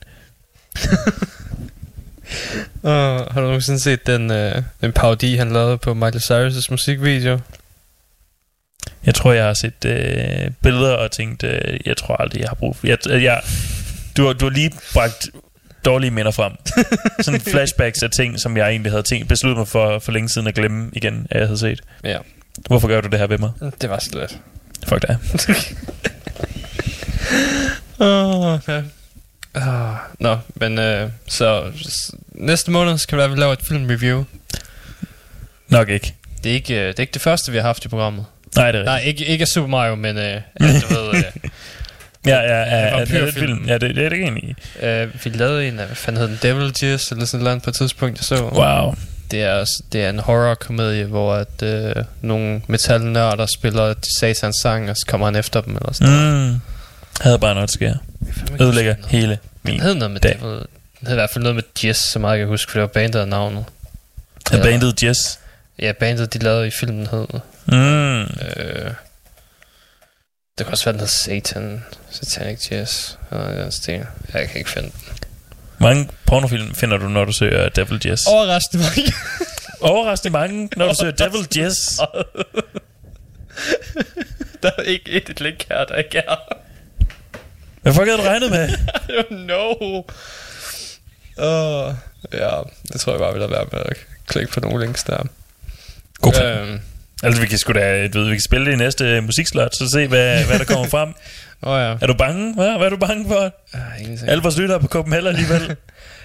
Har du nogensinde set den parodi han lavede på Miley Cyrus' musikvideo? Jeg tror jeg har set billeder og tænkt jeg tror aldrig jeg har brug for du har lige bragt dårlige minder frem. Sådan flashbacks af ting som jeg egentlig havde besluttet mig for længe siden at glemme igen at jeg havde set. Ja. Hvorfor gør du det her ved mig? Det var så let. Fuck dig. Okay. Nå, men så næste måned skal vi lave et filmreview. Nok ikke. Det er ikke det første vi har haft i programmet. Nej, det er rigtigt. Nej, ikke af Super Mario, men du ved vampyrfilm. Ja, det er det egentlig. Vi lavede en af, hvad fanden hed den, Devil Jizz eller sådan noget på et tidspunkt, jeg så. Wow. Det er en horror-komedie, hvor at nogle metalnørder spiller satans sang, og så kommer han efter dem eller sådan noget. Havde bare noget sker. Ødelægger hele min hed noget med dag. Devil. Den hed i hvert fald noget med Jizz, så meget jeg kan huske, for det var bandet af navnet. Bandet Jizz? Ja, bandet de lavede i filmen hed. Det kan også være, den hed Satanic Jizz. Jeg kan ikke finde den. Hvor mange pornofilm finder du, når du søger Devil Jizz? Overraskende mange. Overraskende mange, når du søger Devil Jizz? Der er ikke et link her, der ikke er. Hvad fuck havde du regnet med? I don't know. Ja, det tror jeg bare vil lade være med at klikke på nogle links der. God Altså vi kan sgu da, vi kan spille det i næste musikslot, så se hvad der kommer frem. Ja. Er du bange? Hvad er du bange for? Alle vores lyttere på Copenhagen alligevel.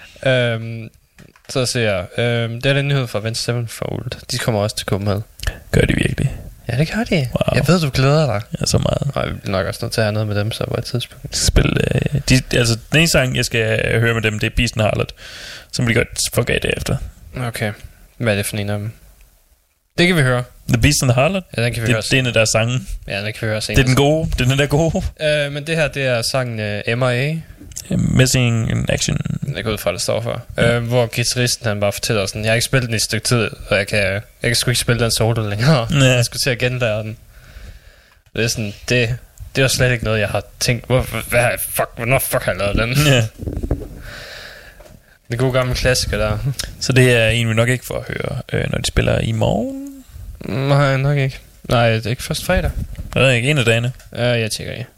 Så ser jeg, det er den nyhed fra Avenged Sevenfold. De kommer også til Copenhagen. Gør de virkelig? Ja, det gør de. Wow. Jeg ved, du glæder dig. Ja, så meget. Og jeg bliver nok også nødt til at have noget med dem så på et tidspunkt. Altså den ene sang jeg skal høre med dem, det er Beast and Harlot. Så må de godt fuck af det efter. Okay. Hvad er det for en af dem? Det kan vi høre. The Beast and the Harlot? Ja, den kan vi høre. Det er en af deres sange. Ja, den kan vi høre senere. Det er den gode. Den er der gode. Men det her, det er sangen MIA. Missing in Action. Jeg går ud fra, det står for. Hvor guitaristen han bare fortæller sådan, jeg har ikke spillet den i et stykke tid, og jeg kan sgu ikke spille den solo længere. Jeg skulle til at genlære den. Det er sådan, det er slet ikke noget, jeg har tænkt, hvornår fuck har jeg lavet den? Ja. Det gode gamle klassiker der. Så det er en, vi nok ikke får at høre, når de spiller i morgen? Nej, nok ikke. Nej, det er ikke først fredag. Det er ikke en af dagene. Jeg tjekker ikke.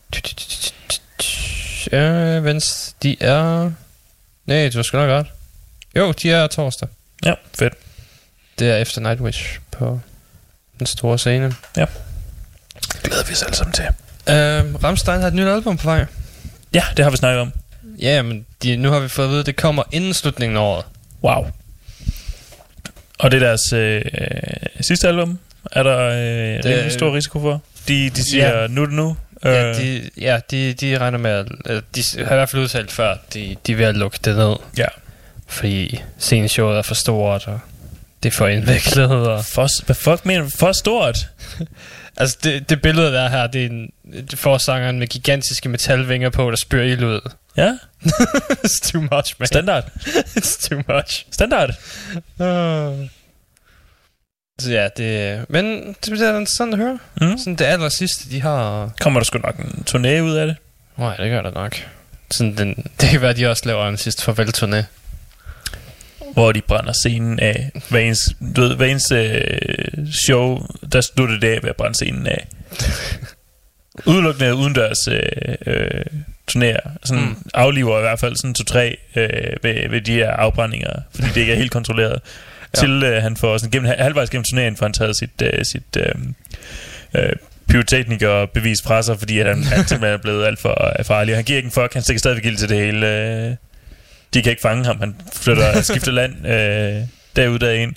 Vens, de er... Nej, du har sgu nok ret. Jo, de er torsdag. Ja, fedt. Det er efter Nightwish på den store scene. Ja. Det glæder vi os alle sammen til. Rammstein har et nyt album på vej. Ja, det har vi snakket om. Ja, men nu har vi fået at vide, at det kommer inden slutningen af året. Wow. Og det er deres sidste album. Er der rimelig stor risiko for? De siger nu. De regner med, at de har i hvert fald udtalt før, de vil lukke det ned. Ja. Fordi sceneshowet er for stort, og det er for indviklet. Og hvad fuck mener du? For stort? Altså det billede der her, det er forsangeren med gigantiske metalvinger på, der spyr ild ud. Ja. It's too much, man. Standard. It's too much. Standard. Så ja, men det bliver interessant at høre. Sådan det aller sidste, de har... Kommer der sgu nok en turné ud af det? Nej, det gør der nok. Sådan det kan være, at de også laver en sidste farvel-turné. Hvor de brænder scenen af. Hver eneste show, der slutter det af ved at brænde scenen af. Udelukkende udendørs turnéer. Sådan afliver i hvert fald sådan 2-3 ved de her afbrændinger, fordi det ikke er helt kontrolleret. Til han får sådan halvvejs gennem turneringen, for han taget sit pyroteknikerbevis fra sig, fordi han simpelthen er blevet alt for farlig. Han giver ikke en fuck, han stikker stadigvæk ild til det hele. De kan ikke fange ham, han skifter land derude ind.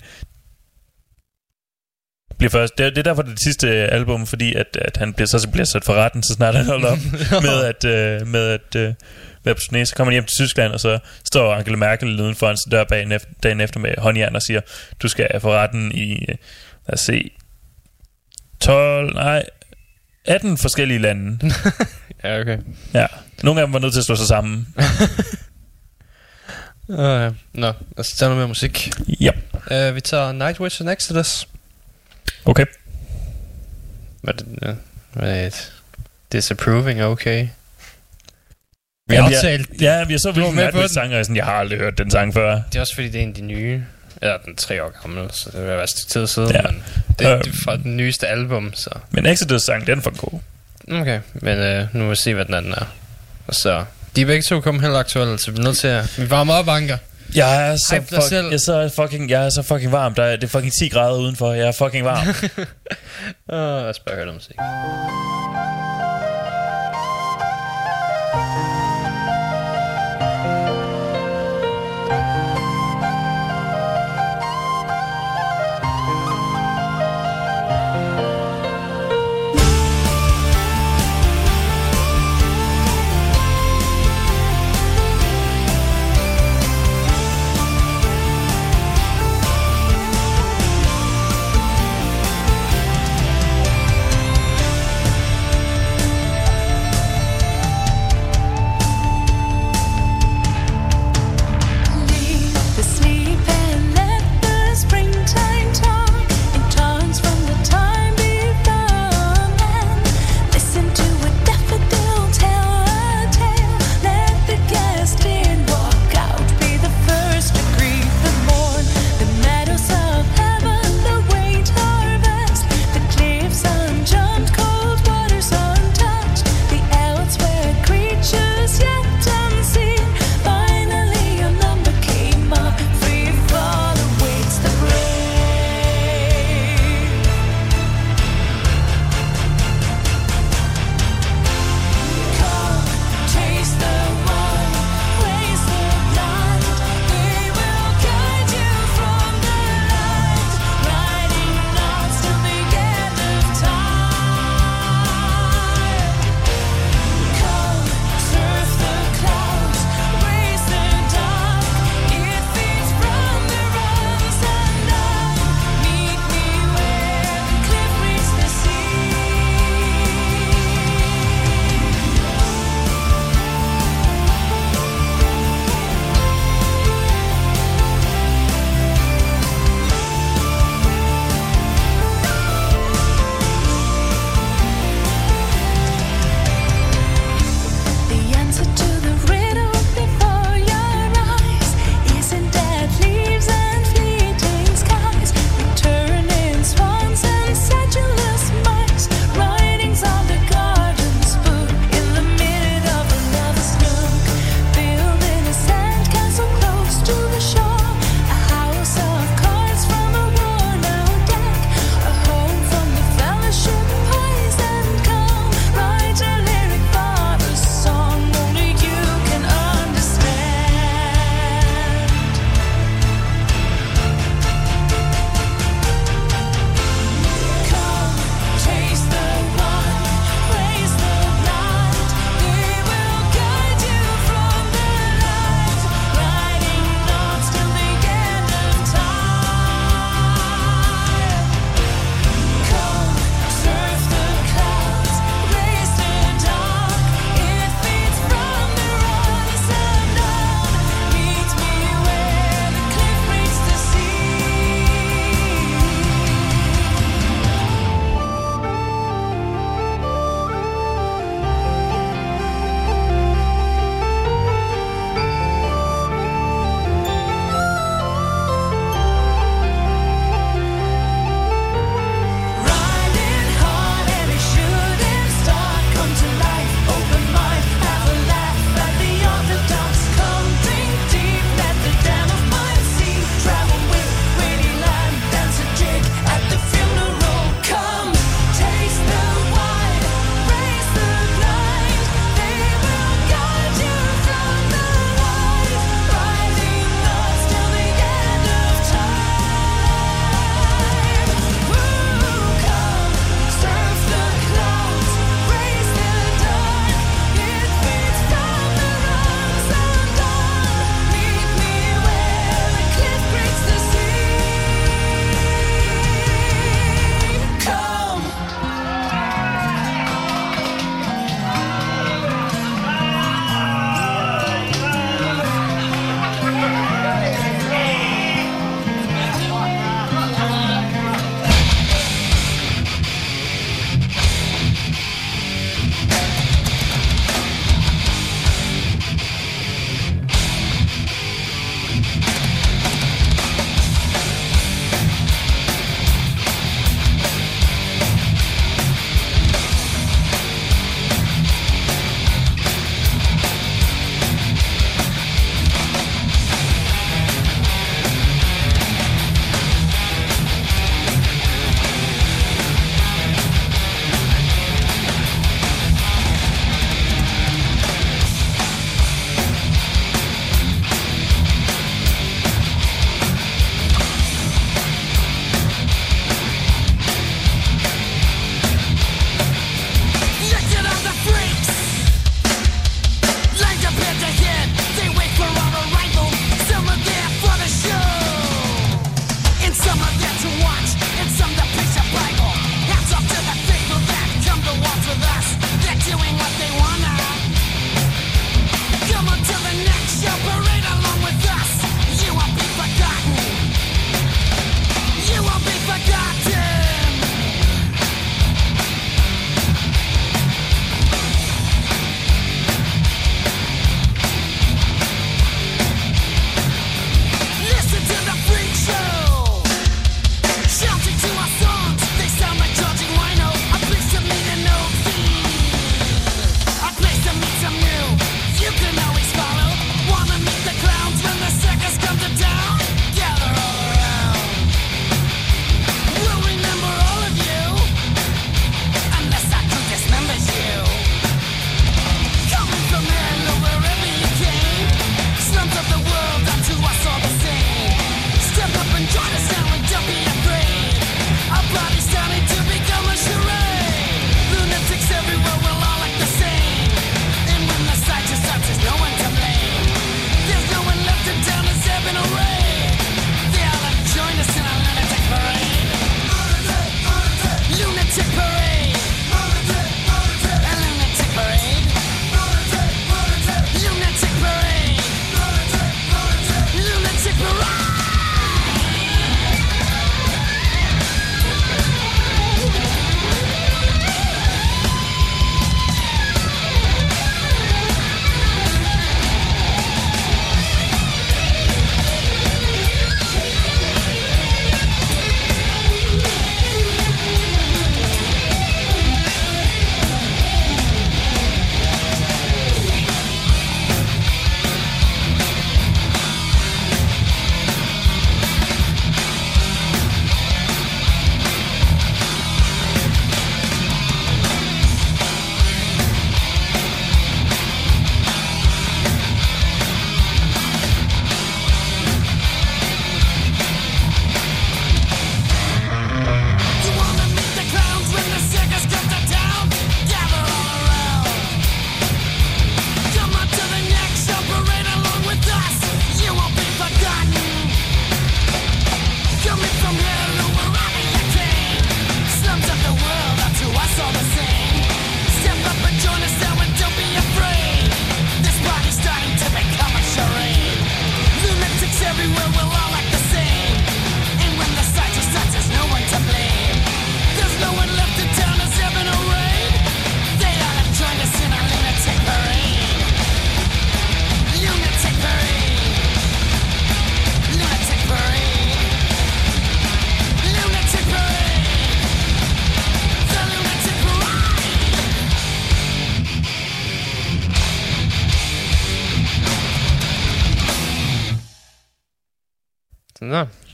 Det er derfor det sidste album, fordi at han bliver sat for retten, så snart han holder op med at være på turné. Så kommer han hjem til Tyskland, og så står Angela Merkel uden for hans dør dagen efter med håndjern og siger, du skal få retten i, lad os se, 18 forskellige lande. Ja, okay. Ja, nogle af dem var nødt til at slå sig sammen. Nå, lad os tage noget mere musik. Ja. Vi tager Nightwish and Exodus. Okay. Hvad er det? Disapproving, okay. Vi har aftalt. Ja, vi har så vildt Nightwish-sanger, og jeg har aldrig hørt den sang før. Det er også fordi, det er en af de nye. Eller den 3 år gammel, så det vil være et stykke tid siden. Ja. Men det er fra den nyeste album, så... Men Exodus-sang, den er for god. Okay, men nu må vi se, hvad den anden er. Og så... De er begge to kommet helt aktuelle, så vi er nødt til at... Vi varmer op, Anker. Jeg er så fucking varm. Det er fucking 10 grader udenfor. Jeg er fucking varm. Lad os bare høre noget musik.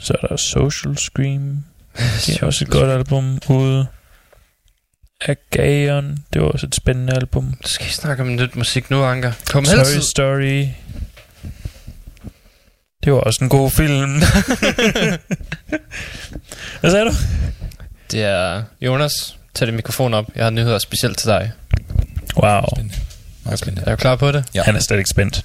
Så er der Social Scream. Det er også et godt album ude. Agaeon, det var også et spændende album. Skal I snakke om nyt musik nu, Anker? Kom Toy helst. Story. Det var også en god film. Hvad sagde du? Det er Jonas. Tag det mikrofon op. Jeg har nyheder specielt til dig. Wow. Meget spændende. Er du klar på det? Ja. Han er slet ikke spændt.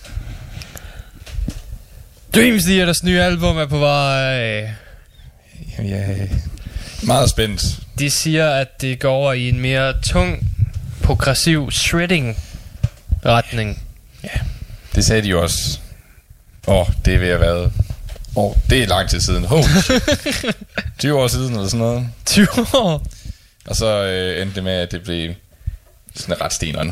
Dream Theaters nye album er på vej. Ja, meget spændt. De siger, at det går over i en mere tung, progressiv shredding-retning. Ja, det sagde de jo også. Det er ved at være... det er lang tid siden. 20 år siden eller sådan noget. 20 år? Og så endte det med, at det blev sådan ret steneren.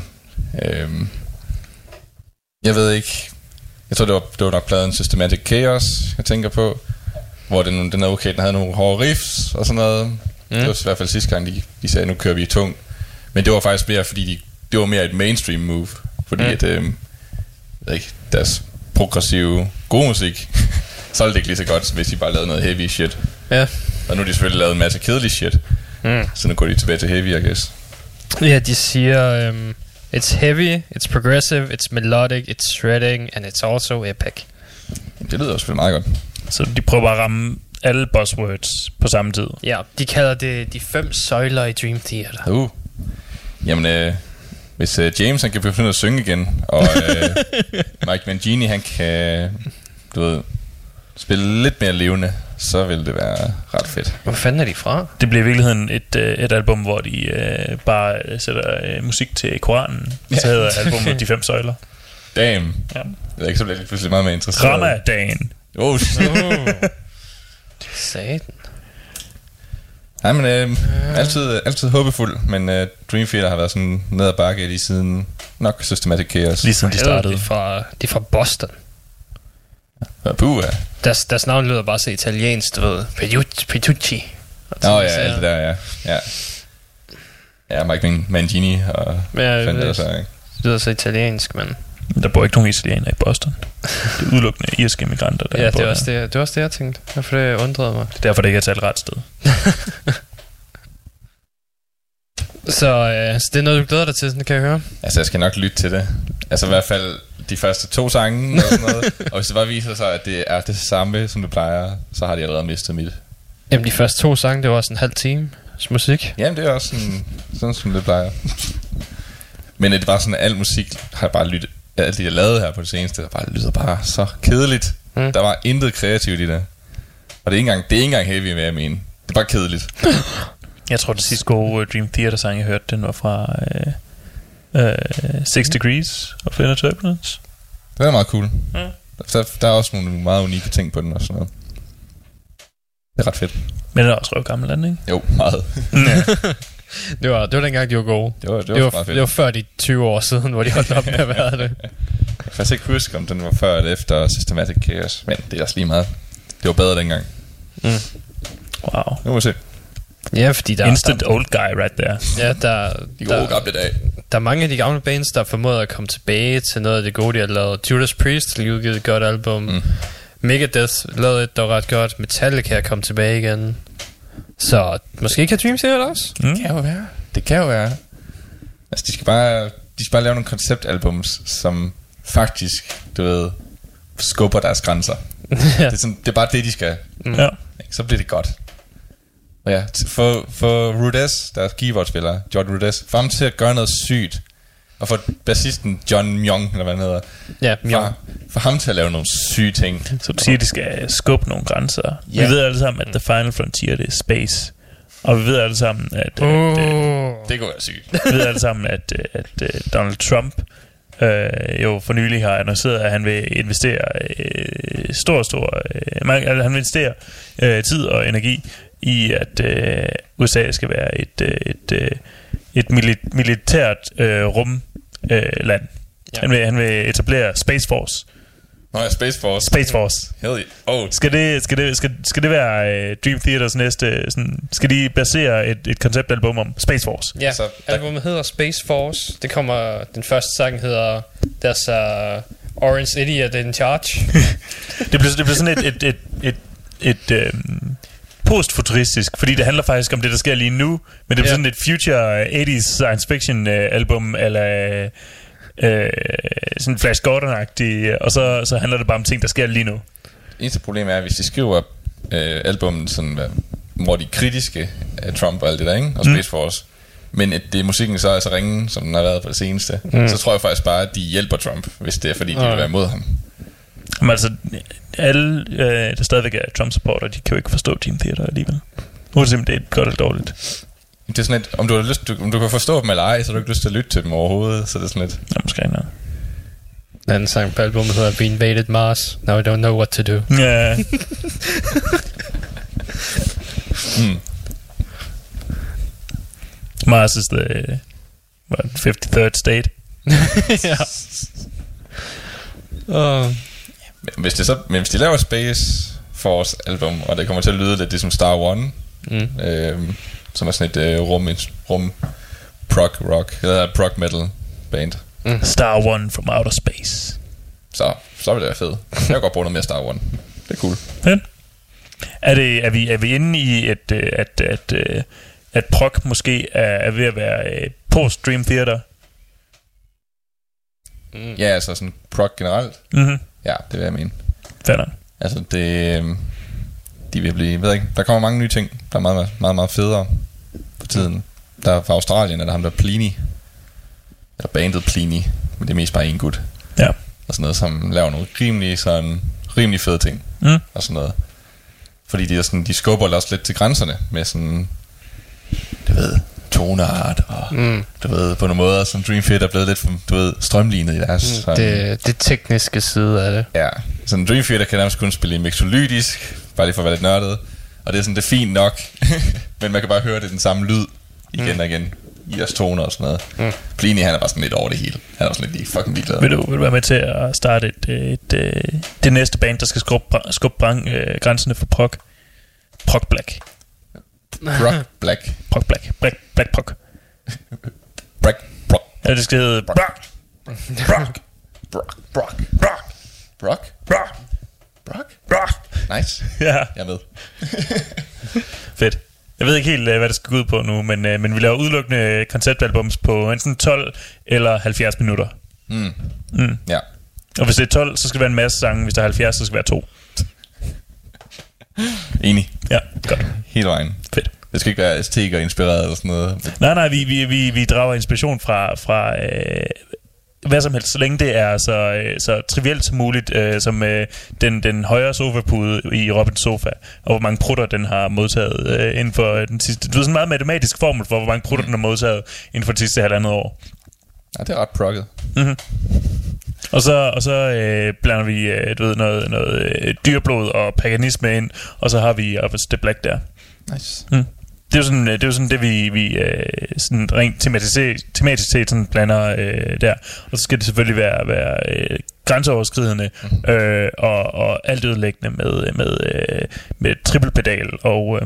Jeg ved ikke... Jeg tror, det var nok pladen Systematic Chaos, jeg tænker på. Hvor den okay, den havde nogle hårde riffs og sådan noget. Det var i hvert fald sidste gang, de sagde, nu kører vi tung. Men det var faktisk mere, fordi det var mere et mainstream move. Fordi at, deres progressive, gode musik, så det ikke lige så godt, hvis de bare lavede noget heavy shit. Ja. Og nu har de selvfølgelig lavet en masse kedelig shit. Så nu går de tilbage til heavy, I guess. Ja, de siger, it's heavy, it's progressive, it's melodic, it's shredding, and it's also epic. Det lyder også meget godt. Så de prøver at ramme alle buzzwords på samme tid. Ja, de kalder det de 5 søjler i Dream Theater. Jamen, hvis James han kan begynde at synge igen, og Mike Mangini han kan, spille lidt mere levende, så vil det være ret fedt. Hvor fanden er de fra? Det bliver i virkeligheden et album, hvor de bare sætter musik til Koranen. Så hedder albumet De 5 søjler. Damn. Ja. Jeg ved ikke, så bliver jeg pludselig meget mere interesseret. Ramadan. Satan. Nej, men altid håbefuld, men Dream Theater har været sådan ned ad bakke lige siden nok Systematic Chaos. Lige siden de startede. De er fra Boston. Puh, Deres navn lyder bare så italiensk, du ved. Petrucci. Alt det der, ja. Ja, Mike Mangini og fandt det så, ikke? Det lyder så italiensk, men... Der bor ikke nogen italienere i Boston. Det er udelukkende irske migranter, der ja, bor det var også det, jeg tænkte. Derfor det undrede mig. Det er derfor, det ikke er talt ret sted. Så det er noget, du glæder dig til, sådan kan jeg høre. Altså, jeg skal nok lytte til det. Altså, i hvert fald de første 2 sange og sådan noget. Og hvis det bare viser sig, at det er det samme, som det plejer, så har de allerede mistet mit. Jamen, de første 2 sange, det var også en halv time musik. Jamen, det er også sådan som det plejer. Men det er bare sådan, at al musik har jeg bare lyttet. Alt det, jeg lavede her på det seneste, der bare lyder bare så kedeligt. Der var intet kreativt i det. Og det er ikke engang heavy, hvad jeg mener. Det er bare kedeligt. Jeg tror, det sidste gode Dream Theater-sang, jeg hørte, den var fra 6 Degrees of Inner Turbulence. Det er meget cool. Der er også nogle meget unikke ting på den og sådan noget. Det er ret fedt. Men det er også røv gammel land, ikke? Jo, meget. Det var dengang, de var gode. Det var det var før de 20 år siden, hvor de holdt op med at være det. Jeg kan faktisk ikke huske, om den var før eller efter Systematic Chaos. Men det er også lige meget. Det var bedre dengang. Wow. Nu må vi se. Ja, fordi der Instant old guy right there. Ja, de gode gamle dage. Der er mange af de gamle bands, der formået at komme tilbage til noget af det gode, de har lavet. Judas Priest har udgivet et godt album. Megadeth lavede et, der var ret godt. Metallica er kommet tilbage igen. Så måske kan Dream Theater også? Det kan jo være. Det kan jo være. Altså, de skal bare lave nogle konceptalbums, som faktisk, skubber deres grænser. Ja. Det er bare det, de skal. Ja. Så bliver det godt. Og ja, for Rudess, der er keyboardspiller, John Rudess, for ham til at gøre noget sygt. Og for bassisten John Myung, eller hvad han hedder. Ja, Myung. For ham til at lave nogle syge ting. Så du siger, at de skal skubbe nogle grænser. Yeah. Vi ved alle sammen, at The Final Frontier, det er space. Og vi ved alle sammen, at det kunne være sygt. Vi ved alle sammen, at Donald Trump jo for nylig har annonceret, at han vil investere han vil investere tid og energi i, at USA skal være et militært rumland. Ja. Han vil etablere Space Force. Space Force. Space Force. Skal det være Dream Theaters næste skal de basere et konceptalbum om Space Force? Ja, så albumet hedder Space Force. Det kommer, den første sang hedder There's Orange Idiot in Charge. det bliver sådan et postfuturistisk, fordi det handler faktisk om det, der sker lige nu, men det er sådan et future 80's science fiction album, eller sådan Flash Gordon-agtig, og så handler det bare om ting, der sker lige nu. Eneste problem er, hvis de skriver albummet sådan, hvor de er kritiske af Trump og alt det der, ikke? Og Space Force, men at det musikken så er så ringe, som den har været på det seneste, så tror jeg faktisk bare, at de hjælper Trump, hvis det er fordi, de vil være imod ham. Men altså, alle, der stadigvæk er Trump-supporter, de kan jo ikke forstå Dream Theater alligevel. Uanset det er godt eller dårligt. Det er sådan lidt, om du har lyst, om du kan forstå dem eller ej, så har du ikke lyst til at lytte til dem overhovedet, så det er sådan lidt. Ja, måske ikke noget. Den anden sang på albumet hedder We Invaded Mars, Now I Don't Know What To Do. Ja. Mars is the 53rd state. Ja. Men hvis de laver Space Force album, og det kommer til at lyde lidt ligesom Star One, som er sådan et rum prog rock, eller prog metal band. Star One from Outer Space. Så vil det være fedt. Jeg kan godt bruge noget mere Star One. Det er cool. Ja. Er vi inde i at prog måske er ved at være post Dream Theater? Ja, altså sådan prog generelt. Ja, det vil jeg mene. Fætter. Altså de vil blive, ved ikke, der kommer mange nye ting, der er meget, meget, meget federe for tiden. Der er fra Australien, er der ham der Pliny, eller bandet Pliny, men det er mest bare en gut. Ja. Og sådan noget, som laver nogle rimelig fede ting. Og sådan noget. Fordi de skubber også lidt til grænserne med sådan, du ved, toneart og du ved, på nogle måder som Dream Theater er blevet lidt, du ved, strømlignet i deres det tekniske side af det. Ja, sådan Dream Theater kan nærmest kun spille mixolydisk, bare lige for at være lidt nørdet, og det er sådan, det er fint nok, men man kan bare høre det den samme lyd igen og igen i deres toner og sådan noget. Pliny, han er bare sådan lidt over det hele. Han er også lidt fucking ligeglad. Vil du være med til at starte det næste band, der skal skubbe grænserne for prog? Prog Black. Prog Black. Prog Black. Black Prog. Black Prog. Ja, det skal hedde Prog. Prog. Prog. Prog. Prog. Prog. Prog. Prog. Nice. Ja. Jeg er med. Fedt. Jeg ved ikke helt, hvad det skal gå ud på nu, men vi laver udelukkende konceptalbums på enten 12 eller 70 minutter. Ja. Og hvis det er 12, så skal det være en masse sange. Hvis der er 70, så skal det være 2. Enig. Ja, godt. Hele vejen. Fedt. Det skal ikke være æstetik og inspireret eller sådan noget. Nej, vi drager inspiration fra hvad som helst, så længe det er så trivielt som muligt, som den højre sofapude i Robins sofa, og hvor mange prutter den har modtaget inden for den sidste. Det er sådan en meget matematisk formel for, hvor mange prutter den har modtaget inden for de sidste 1,5 år. Ja, det er ret progget. Og så blander vi noget dyrblod og paganisme ind, og så har vi Opposite Black der. Nice. Det er jo sådan det vi sådan rent tematisk set sådan blander der. Og så skal det selvfølgelig være grænseoverskridende og alt ødelæggende med trippelpedal og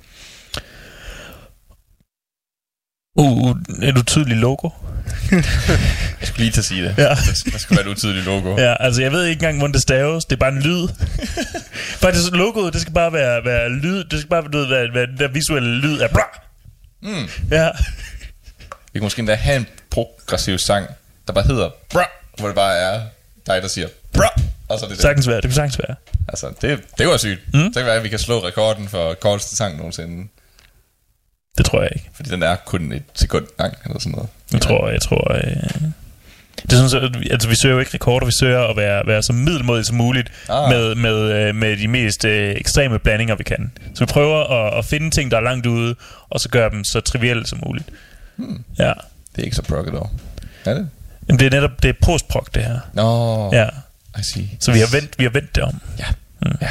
et utydeligt logo. Jeg skulle lige til at sige det. Ja. Der skulle være et utydeligt logo. Ja, altså jeg ved ikke engang, hvordan det staves. Det er bare en lyd. Faktisk logoet, det skal bare være lyd. Det skal bare være den der visuelle lyd af bra. Ja. Vi kan måske endda have en progressiv sang, der bare hedder bra, hvor det bare er dig, der siger bra. Og så er det sagtens være. Det kan sagtens være. Altså, det var sygt. Så kan det være, at vi kan slå rekorden for korteste sang nogensinde. Det tror jeg ikke. Fordi den er kun et sekund lang eller sådan noget. Jeg tror det er sådan, altså vi søger jo ikke rekorder. Vi søger at være så middelmådigt som muligt med de mest ekstreme blandinger vi kan. Så vi prøver at finde ting der er langt ude, og så gøre dem så trivielle som muligt. Ja. Det er ikke så progget dog. Er det? Jamen det er netop det er postprog det her. Ja. I see. Så vi har vendt det om. Ja. Ja.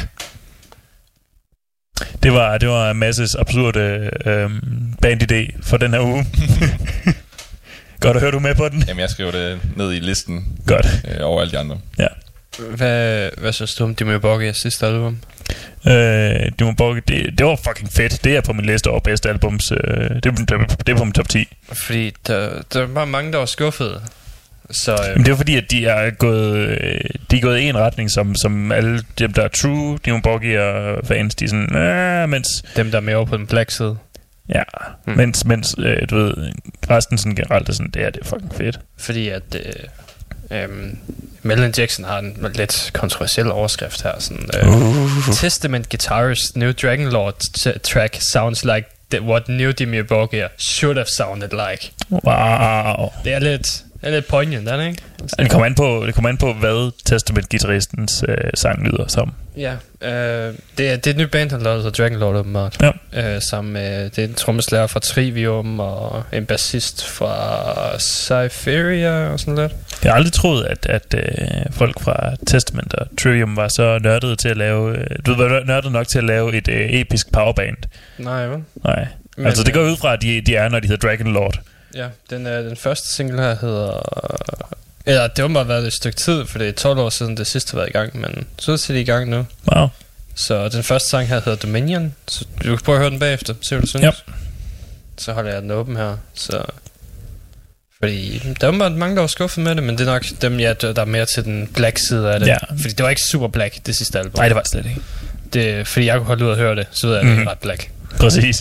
Det var Masses absurde bandidé for den her uge. Godt at høre, du med på den. Jamen jeg skriver det ned i listen. Godt. Over alle de andre. Ja. Hvad synes du om Dimmu Borgir sidste album? Dimmu Borgir, det var fucking fedt. Det er på min liste over bedste albums. Det er på min top 10. Fordi der var mange, der var skuffede. Så, Men det er jo fordi, at de er gået i en retning, som alle dem, der er true, Dimmu Borgir fans, de er sådan, mens... Dem, der er med over på den black side. Ja, mens du ved, resten sådan generelt er sådan, det er fucking fedt. Fordi at Marilyn Jackson har en lidt kontroversiel overskrift her, sådan, Testament guitarist new Dragon Lord track sounds like what new Dimmu Borgir should have sounded like. Wow. Det er lidt poignant, er det ikke? Det kommer an på, hvad Testament-guitaristens sang lyder som. Ja, det er et nyt band, han lavede, så Dragon Lord åbenbart. Ja. Det er en trommeslager fra Trivium, og en bassist fra Cypheria og sådan lidt. Jeg har aldrig troet, at folk fra Testament og Trivium var så nørdede til at lave... du var nørdet nok til at lave et episk powerband. Nej, vel? Nej. Men, altså, det går ud fra, at de er, når de hedder Dragon Lord. Ja, den første single her hedder... Eller det har bare været et stykke tid, for det er 12 år siden det sidste har været i gang, men så er de i gang nu. Wow. Så den første sang her hedder Dominion, så du kan prøve at høre den bagefter, se hvad du synes. Yep. Så holder jeg den åben her, så... Fordi der er mange, der var skuffet med det, men det er nok dem, der er mere til den black side af det. Ja. Fordi det var ikke super black, det sidste album. Nej, det var det slet ikke. Det, fordi jeg kunne holde ud og høre det, så ved jeg, at det er ret black. Præcis.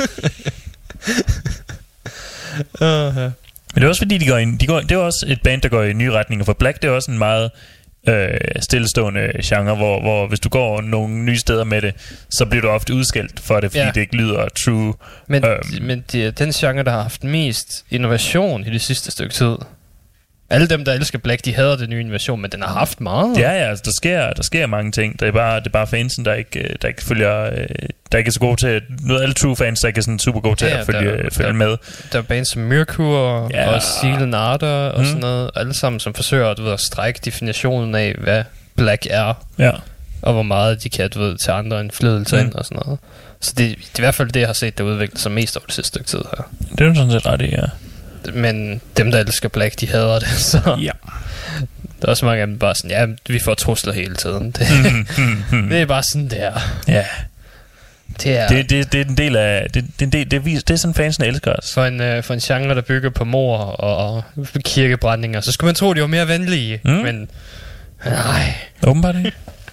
Ja. Men det er også fordi, det er også et band, der går i nye retninger. For black, det er også en meget stillestående genre, hvor hvis du går nogle nye steder med det, så bliver du ofte udskældt for det, fordi det ikke lyder true. Men det er den genre, der har haft mest innovation i det sidste stykke tid. Alle dem, der elsker black, de hader den nye innovation, men den har haft meget. Ja, altså, der sker mange ting. Det er bare fansen, der ikke følger, der ikke er så gode til. Alle true fans, der ikke er sådan super gode til at følge med. Der er bands som Mercure og Sealand Ardor og sådan noget. Alle sammen, som forsøger at strække definitionen af, hvad black er. Ja. Og hvor meget de kan til andre indflydelser ind og sådan noget. Så det er i hvert fald det, jeg har set, der udvikler sig mest over det sidste stykke tid her. Det er jo sådan set ret i, ja. Men dem, der elsker black, de hader det, så... Ja. Der er også mange af dem bare sådan, ja, vi får trusler hele tiden. Det er bare sådan, det er. Ja. Det er... Det er en del af... Det er sådan, fansen elsker os. For en genre, der bygger på mord og kirkebrændinger, så skulle man tro, de var mere venlige. Men... Nej. Åbenbart ikke.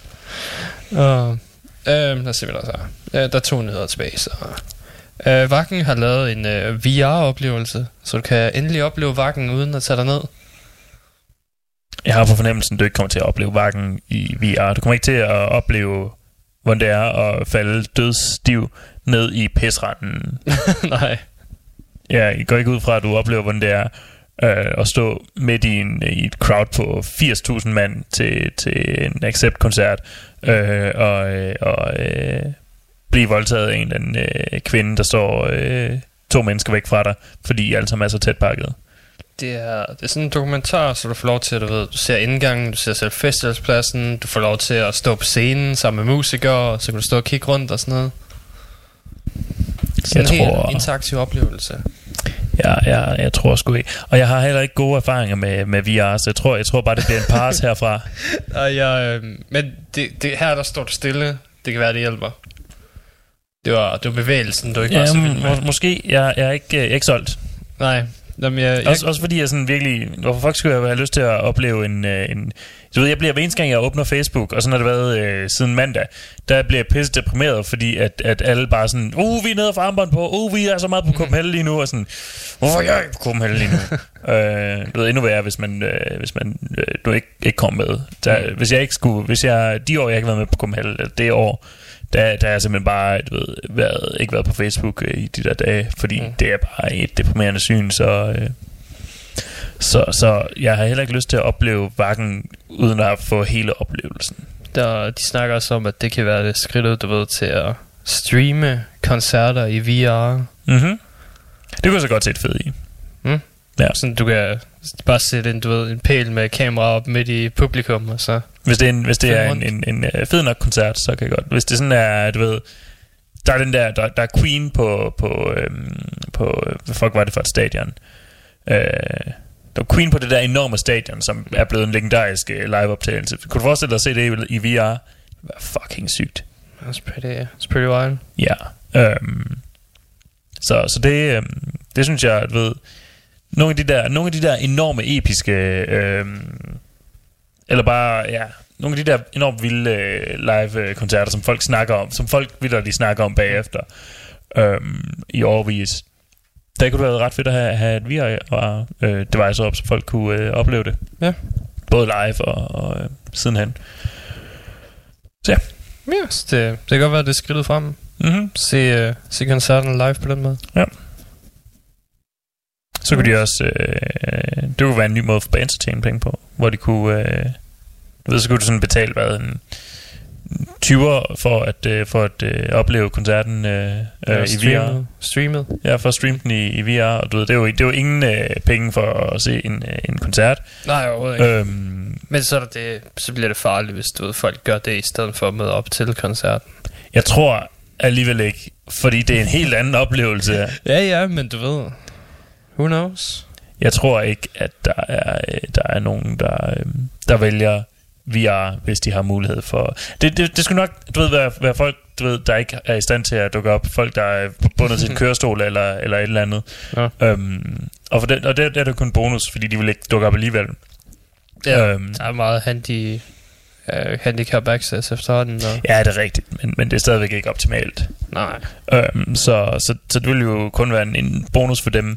Lad os se, hvad der så er. Der er 2 nyheder tilbage, så... Wacken har lavet en VR-oplevelse, så du kan endelig opleve Wacken uden at tage dig ned. Jeg har på fornemmelsen, at du ikke kommer til at opleve Wacken i VR. Du kommer ikke til at opleve, hvordan det er at falde dødsstiv ned i pisranden. Nej. Ja, jeg går ikke ud fra, at du oplever, hvordan det er at stå midt i et crowd på 80.000 mand til en Accept-koncert og blive voldtaget af en eller anden kvinde, der står 2 mennesker væk fra dig, fordi I alle sammen er så tæt pakket. Det er sådan en dokumentar, så du får lov til, du ser indgangen, du ser selv festivalspladsen, du får lov til at stå på scenen sammen med musikere, så kan du stå og kigge rundt og sådan noget. Sådan en helt interaktiv oplevelse. Ja, jeg tror sgu ikke. Og jeg har heller ikke gode erfaringer med VR, så jeg tror bare, det bliver en pass herfra. Men det her, der står du stille. Det kan være, det hjælper. Det var bevægelsen, du ikke var så vild med. Måske. Jeg er ikke solgt. Nej. Jamen, også fordi jeg sådan virkelig... Hvorfor fuck skulle jeg have lyst til at opleve en du ved, jeg bliver hver eneste gang, jeg åbner Facebook, og sådan har det været siden mandag, der bliver jeg pisse deprimeret, fordi at alle bare sådan, vi er nede og få armbånd på, vi er så meget på Copenhagen lige nu, og sådan, hvorfor er jeg ikke på Copenhagen lige nu? Det ved endnu værre, hvis man du ikke kom med. Hvis jeg de år, jeg ikke har været med på Copenhagen, det år, der har jeg simpelthen bare ikke været på Facebook i de der dage, fordi det er bare et deprimerende syn, så jeg har heller ikke lyst til at opleve Wacken uden at få hele oplevelsen. De snakker også om, at det kan være det skridt til at streame koncerter i VR. Det kunne jeg så godt set fedt i. Ja. Sådan du kan bare sætte en pæl med kamera op midt i publikum, og så... Hvis det er en fed nok koncert, så kan jeg godt. Hvis det sådan er, der er den der er Queen på hvad fuck var det for et stadion? Der var Queen på det der enorme stadion, som er blevet en legendarisk liveoptagelse. Kunne du forestille dig at se det i VR? Det var fucking sygt. That's pretty wild. Ja. Så det synes jeg, Nogle af de der enorme episke eller bare nogle af de der enormt vilde live koncerter, som folk snakker om, som folk vitterligt snakker om bagefter i årevis. Der kunne det være ret fedt at have et VR device op, så folk kunne opleve det. Ja. Både live og sidenhen. Så ja. Ja, det kan godt være, det er skridtet frem. Se koncerten live på den måde. Ja. Så kunne de også det kunne være en ny måde for bands at tjene penge på, hvor de kunne så kunne du sådan betale en 20'er for at opleve koncerten i VR. Streamet. Ja, for at streame den i VR. Og du ved, det er jo ingen penge for at se en koncert. Nej, overhovedet ikke. Men så bliver det farligt, hvis du ved, folk gør det i stedet for at møde op til koncerten. Jeg tror alligevel ikke, fordi det er en helt anden oplevelse. Ja, men du ved, who knows? Jeg tror ikke, at der er nogen, der vælger VR, hvis de har mulighed for det skulle nok, du ved, være folk, du ved, der ikke er i stand til at dukke op, folk der er bundet til en kørestol eller et eller andet. Ja. Og det er kun bonus, fordi de vil ikke dukke op alligevel. Ja, der er meget handicap access efterhånden. Ja, det er rigtigt, men det er stadigvæk ikke optimalt. Nej. Så det vil jo kun være en bonus for dem.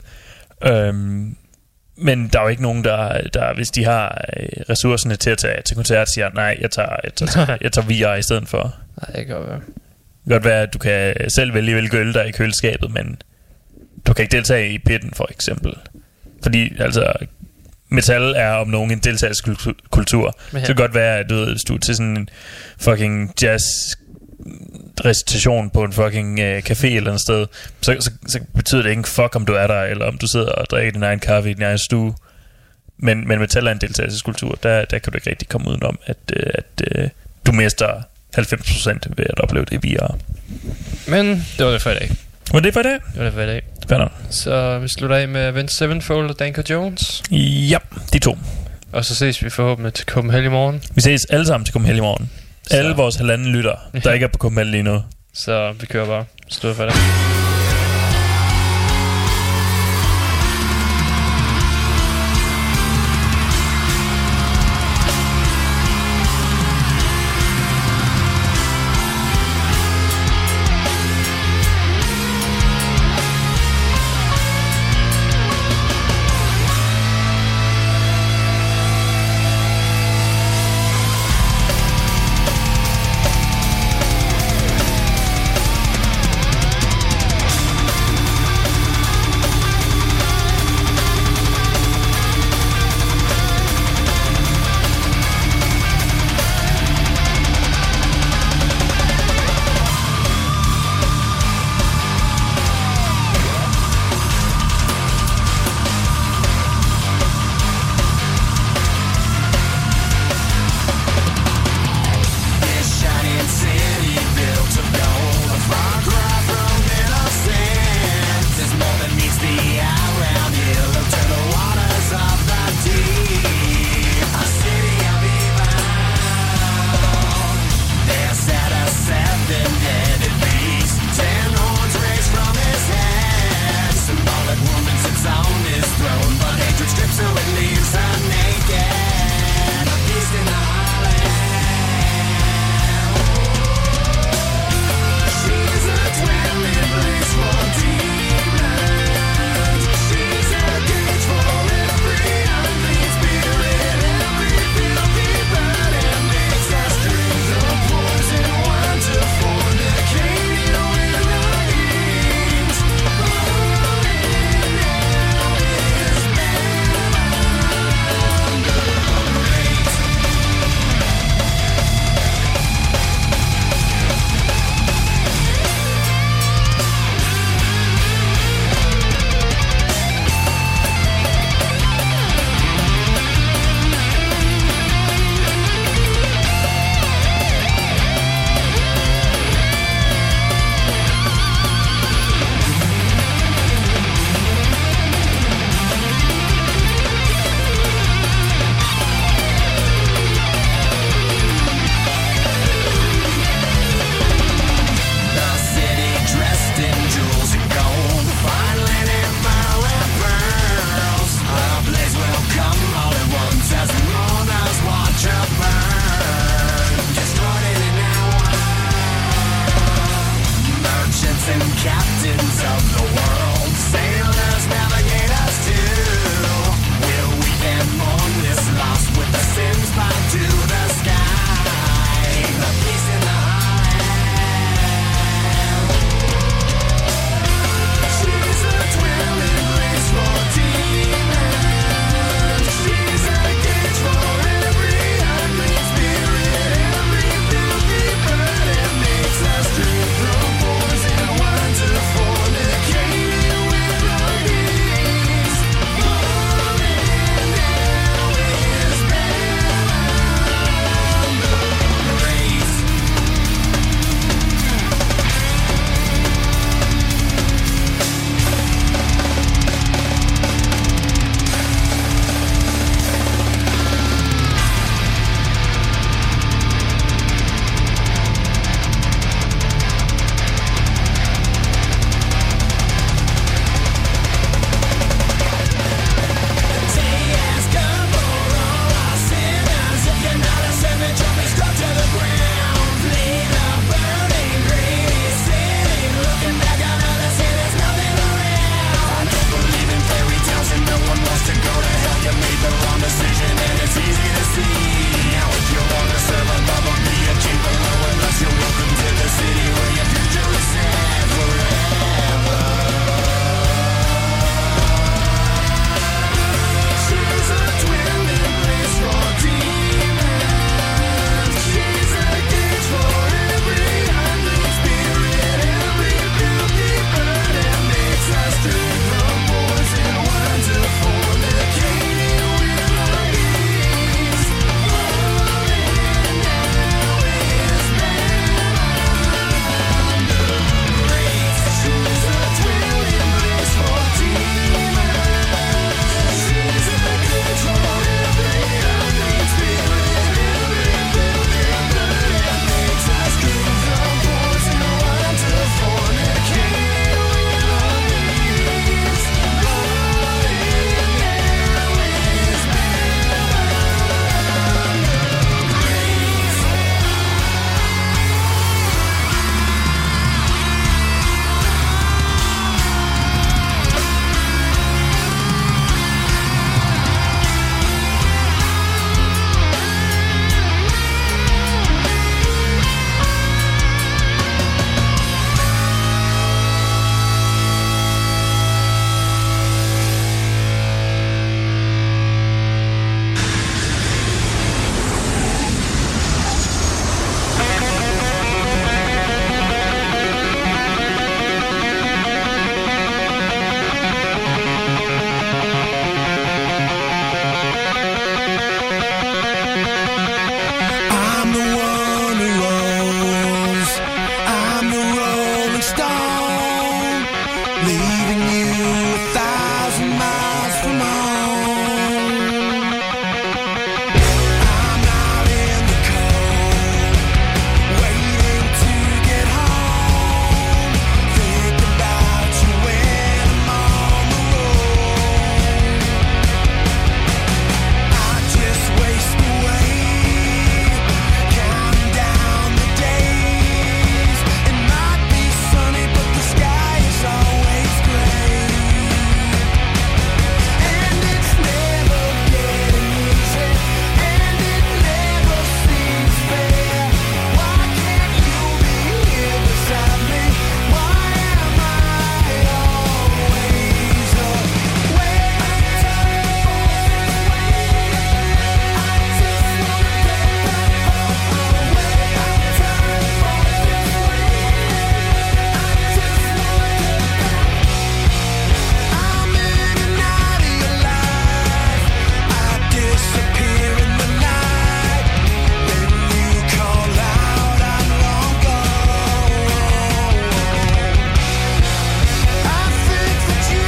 Men der er jo ikke nogen, der hvis de har ressourcerne til at tage til koncert, siger, nej, jeg tager VR i stedet for. Nej, det kan godt være. Det kan godt være, at du kan selv vælge hvilke øl der er i køleskabet, men du kan ikke deltage i pitten, for eksempel. Fordi, altså, metal er om nogen en deltagelseskultur. Det kan godt være, at hvis du er til sådan en fucking jazz recitation på en fucking café eller andet sted, så betyder det ikke en fuck, om du er der, eller om du sidder og drikker din egen kaffe i din egen stue. Men metal er en deltagelseskultur. Der kan du ikke rigtig komme udenom, at du mister 90% ved at opleve det i VR. Men det var det for i dag. Var det for i dag? Det var det for i dag. Spændende. Så vi slutter af med Avenged Sevenfold og Danko Jones. Ja, de to. Og så ses vi forhåbentlig til Copenhagen i morgen. Vi ses alle sammen til Copenhagen i morgen. Alle vores halvanden lytter, der ikke er på Copenhagen lige nu. Så vi kører bare. Stod for det.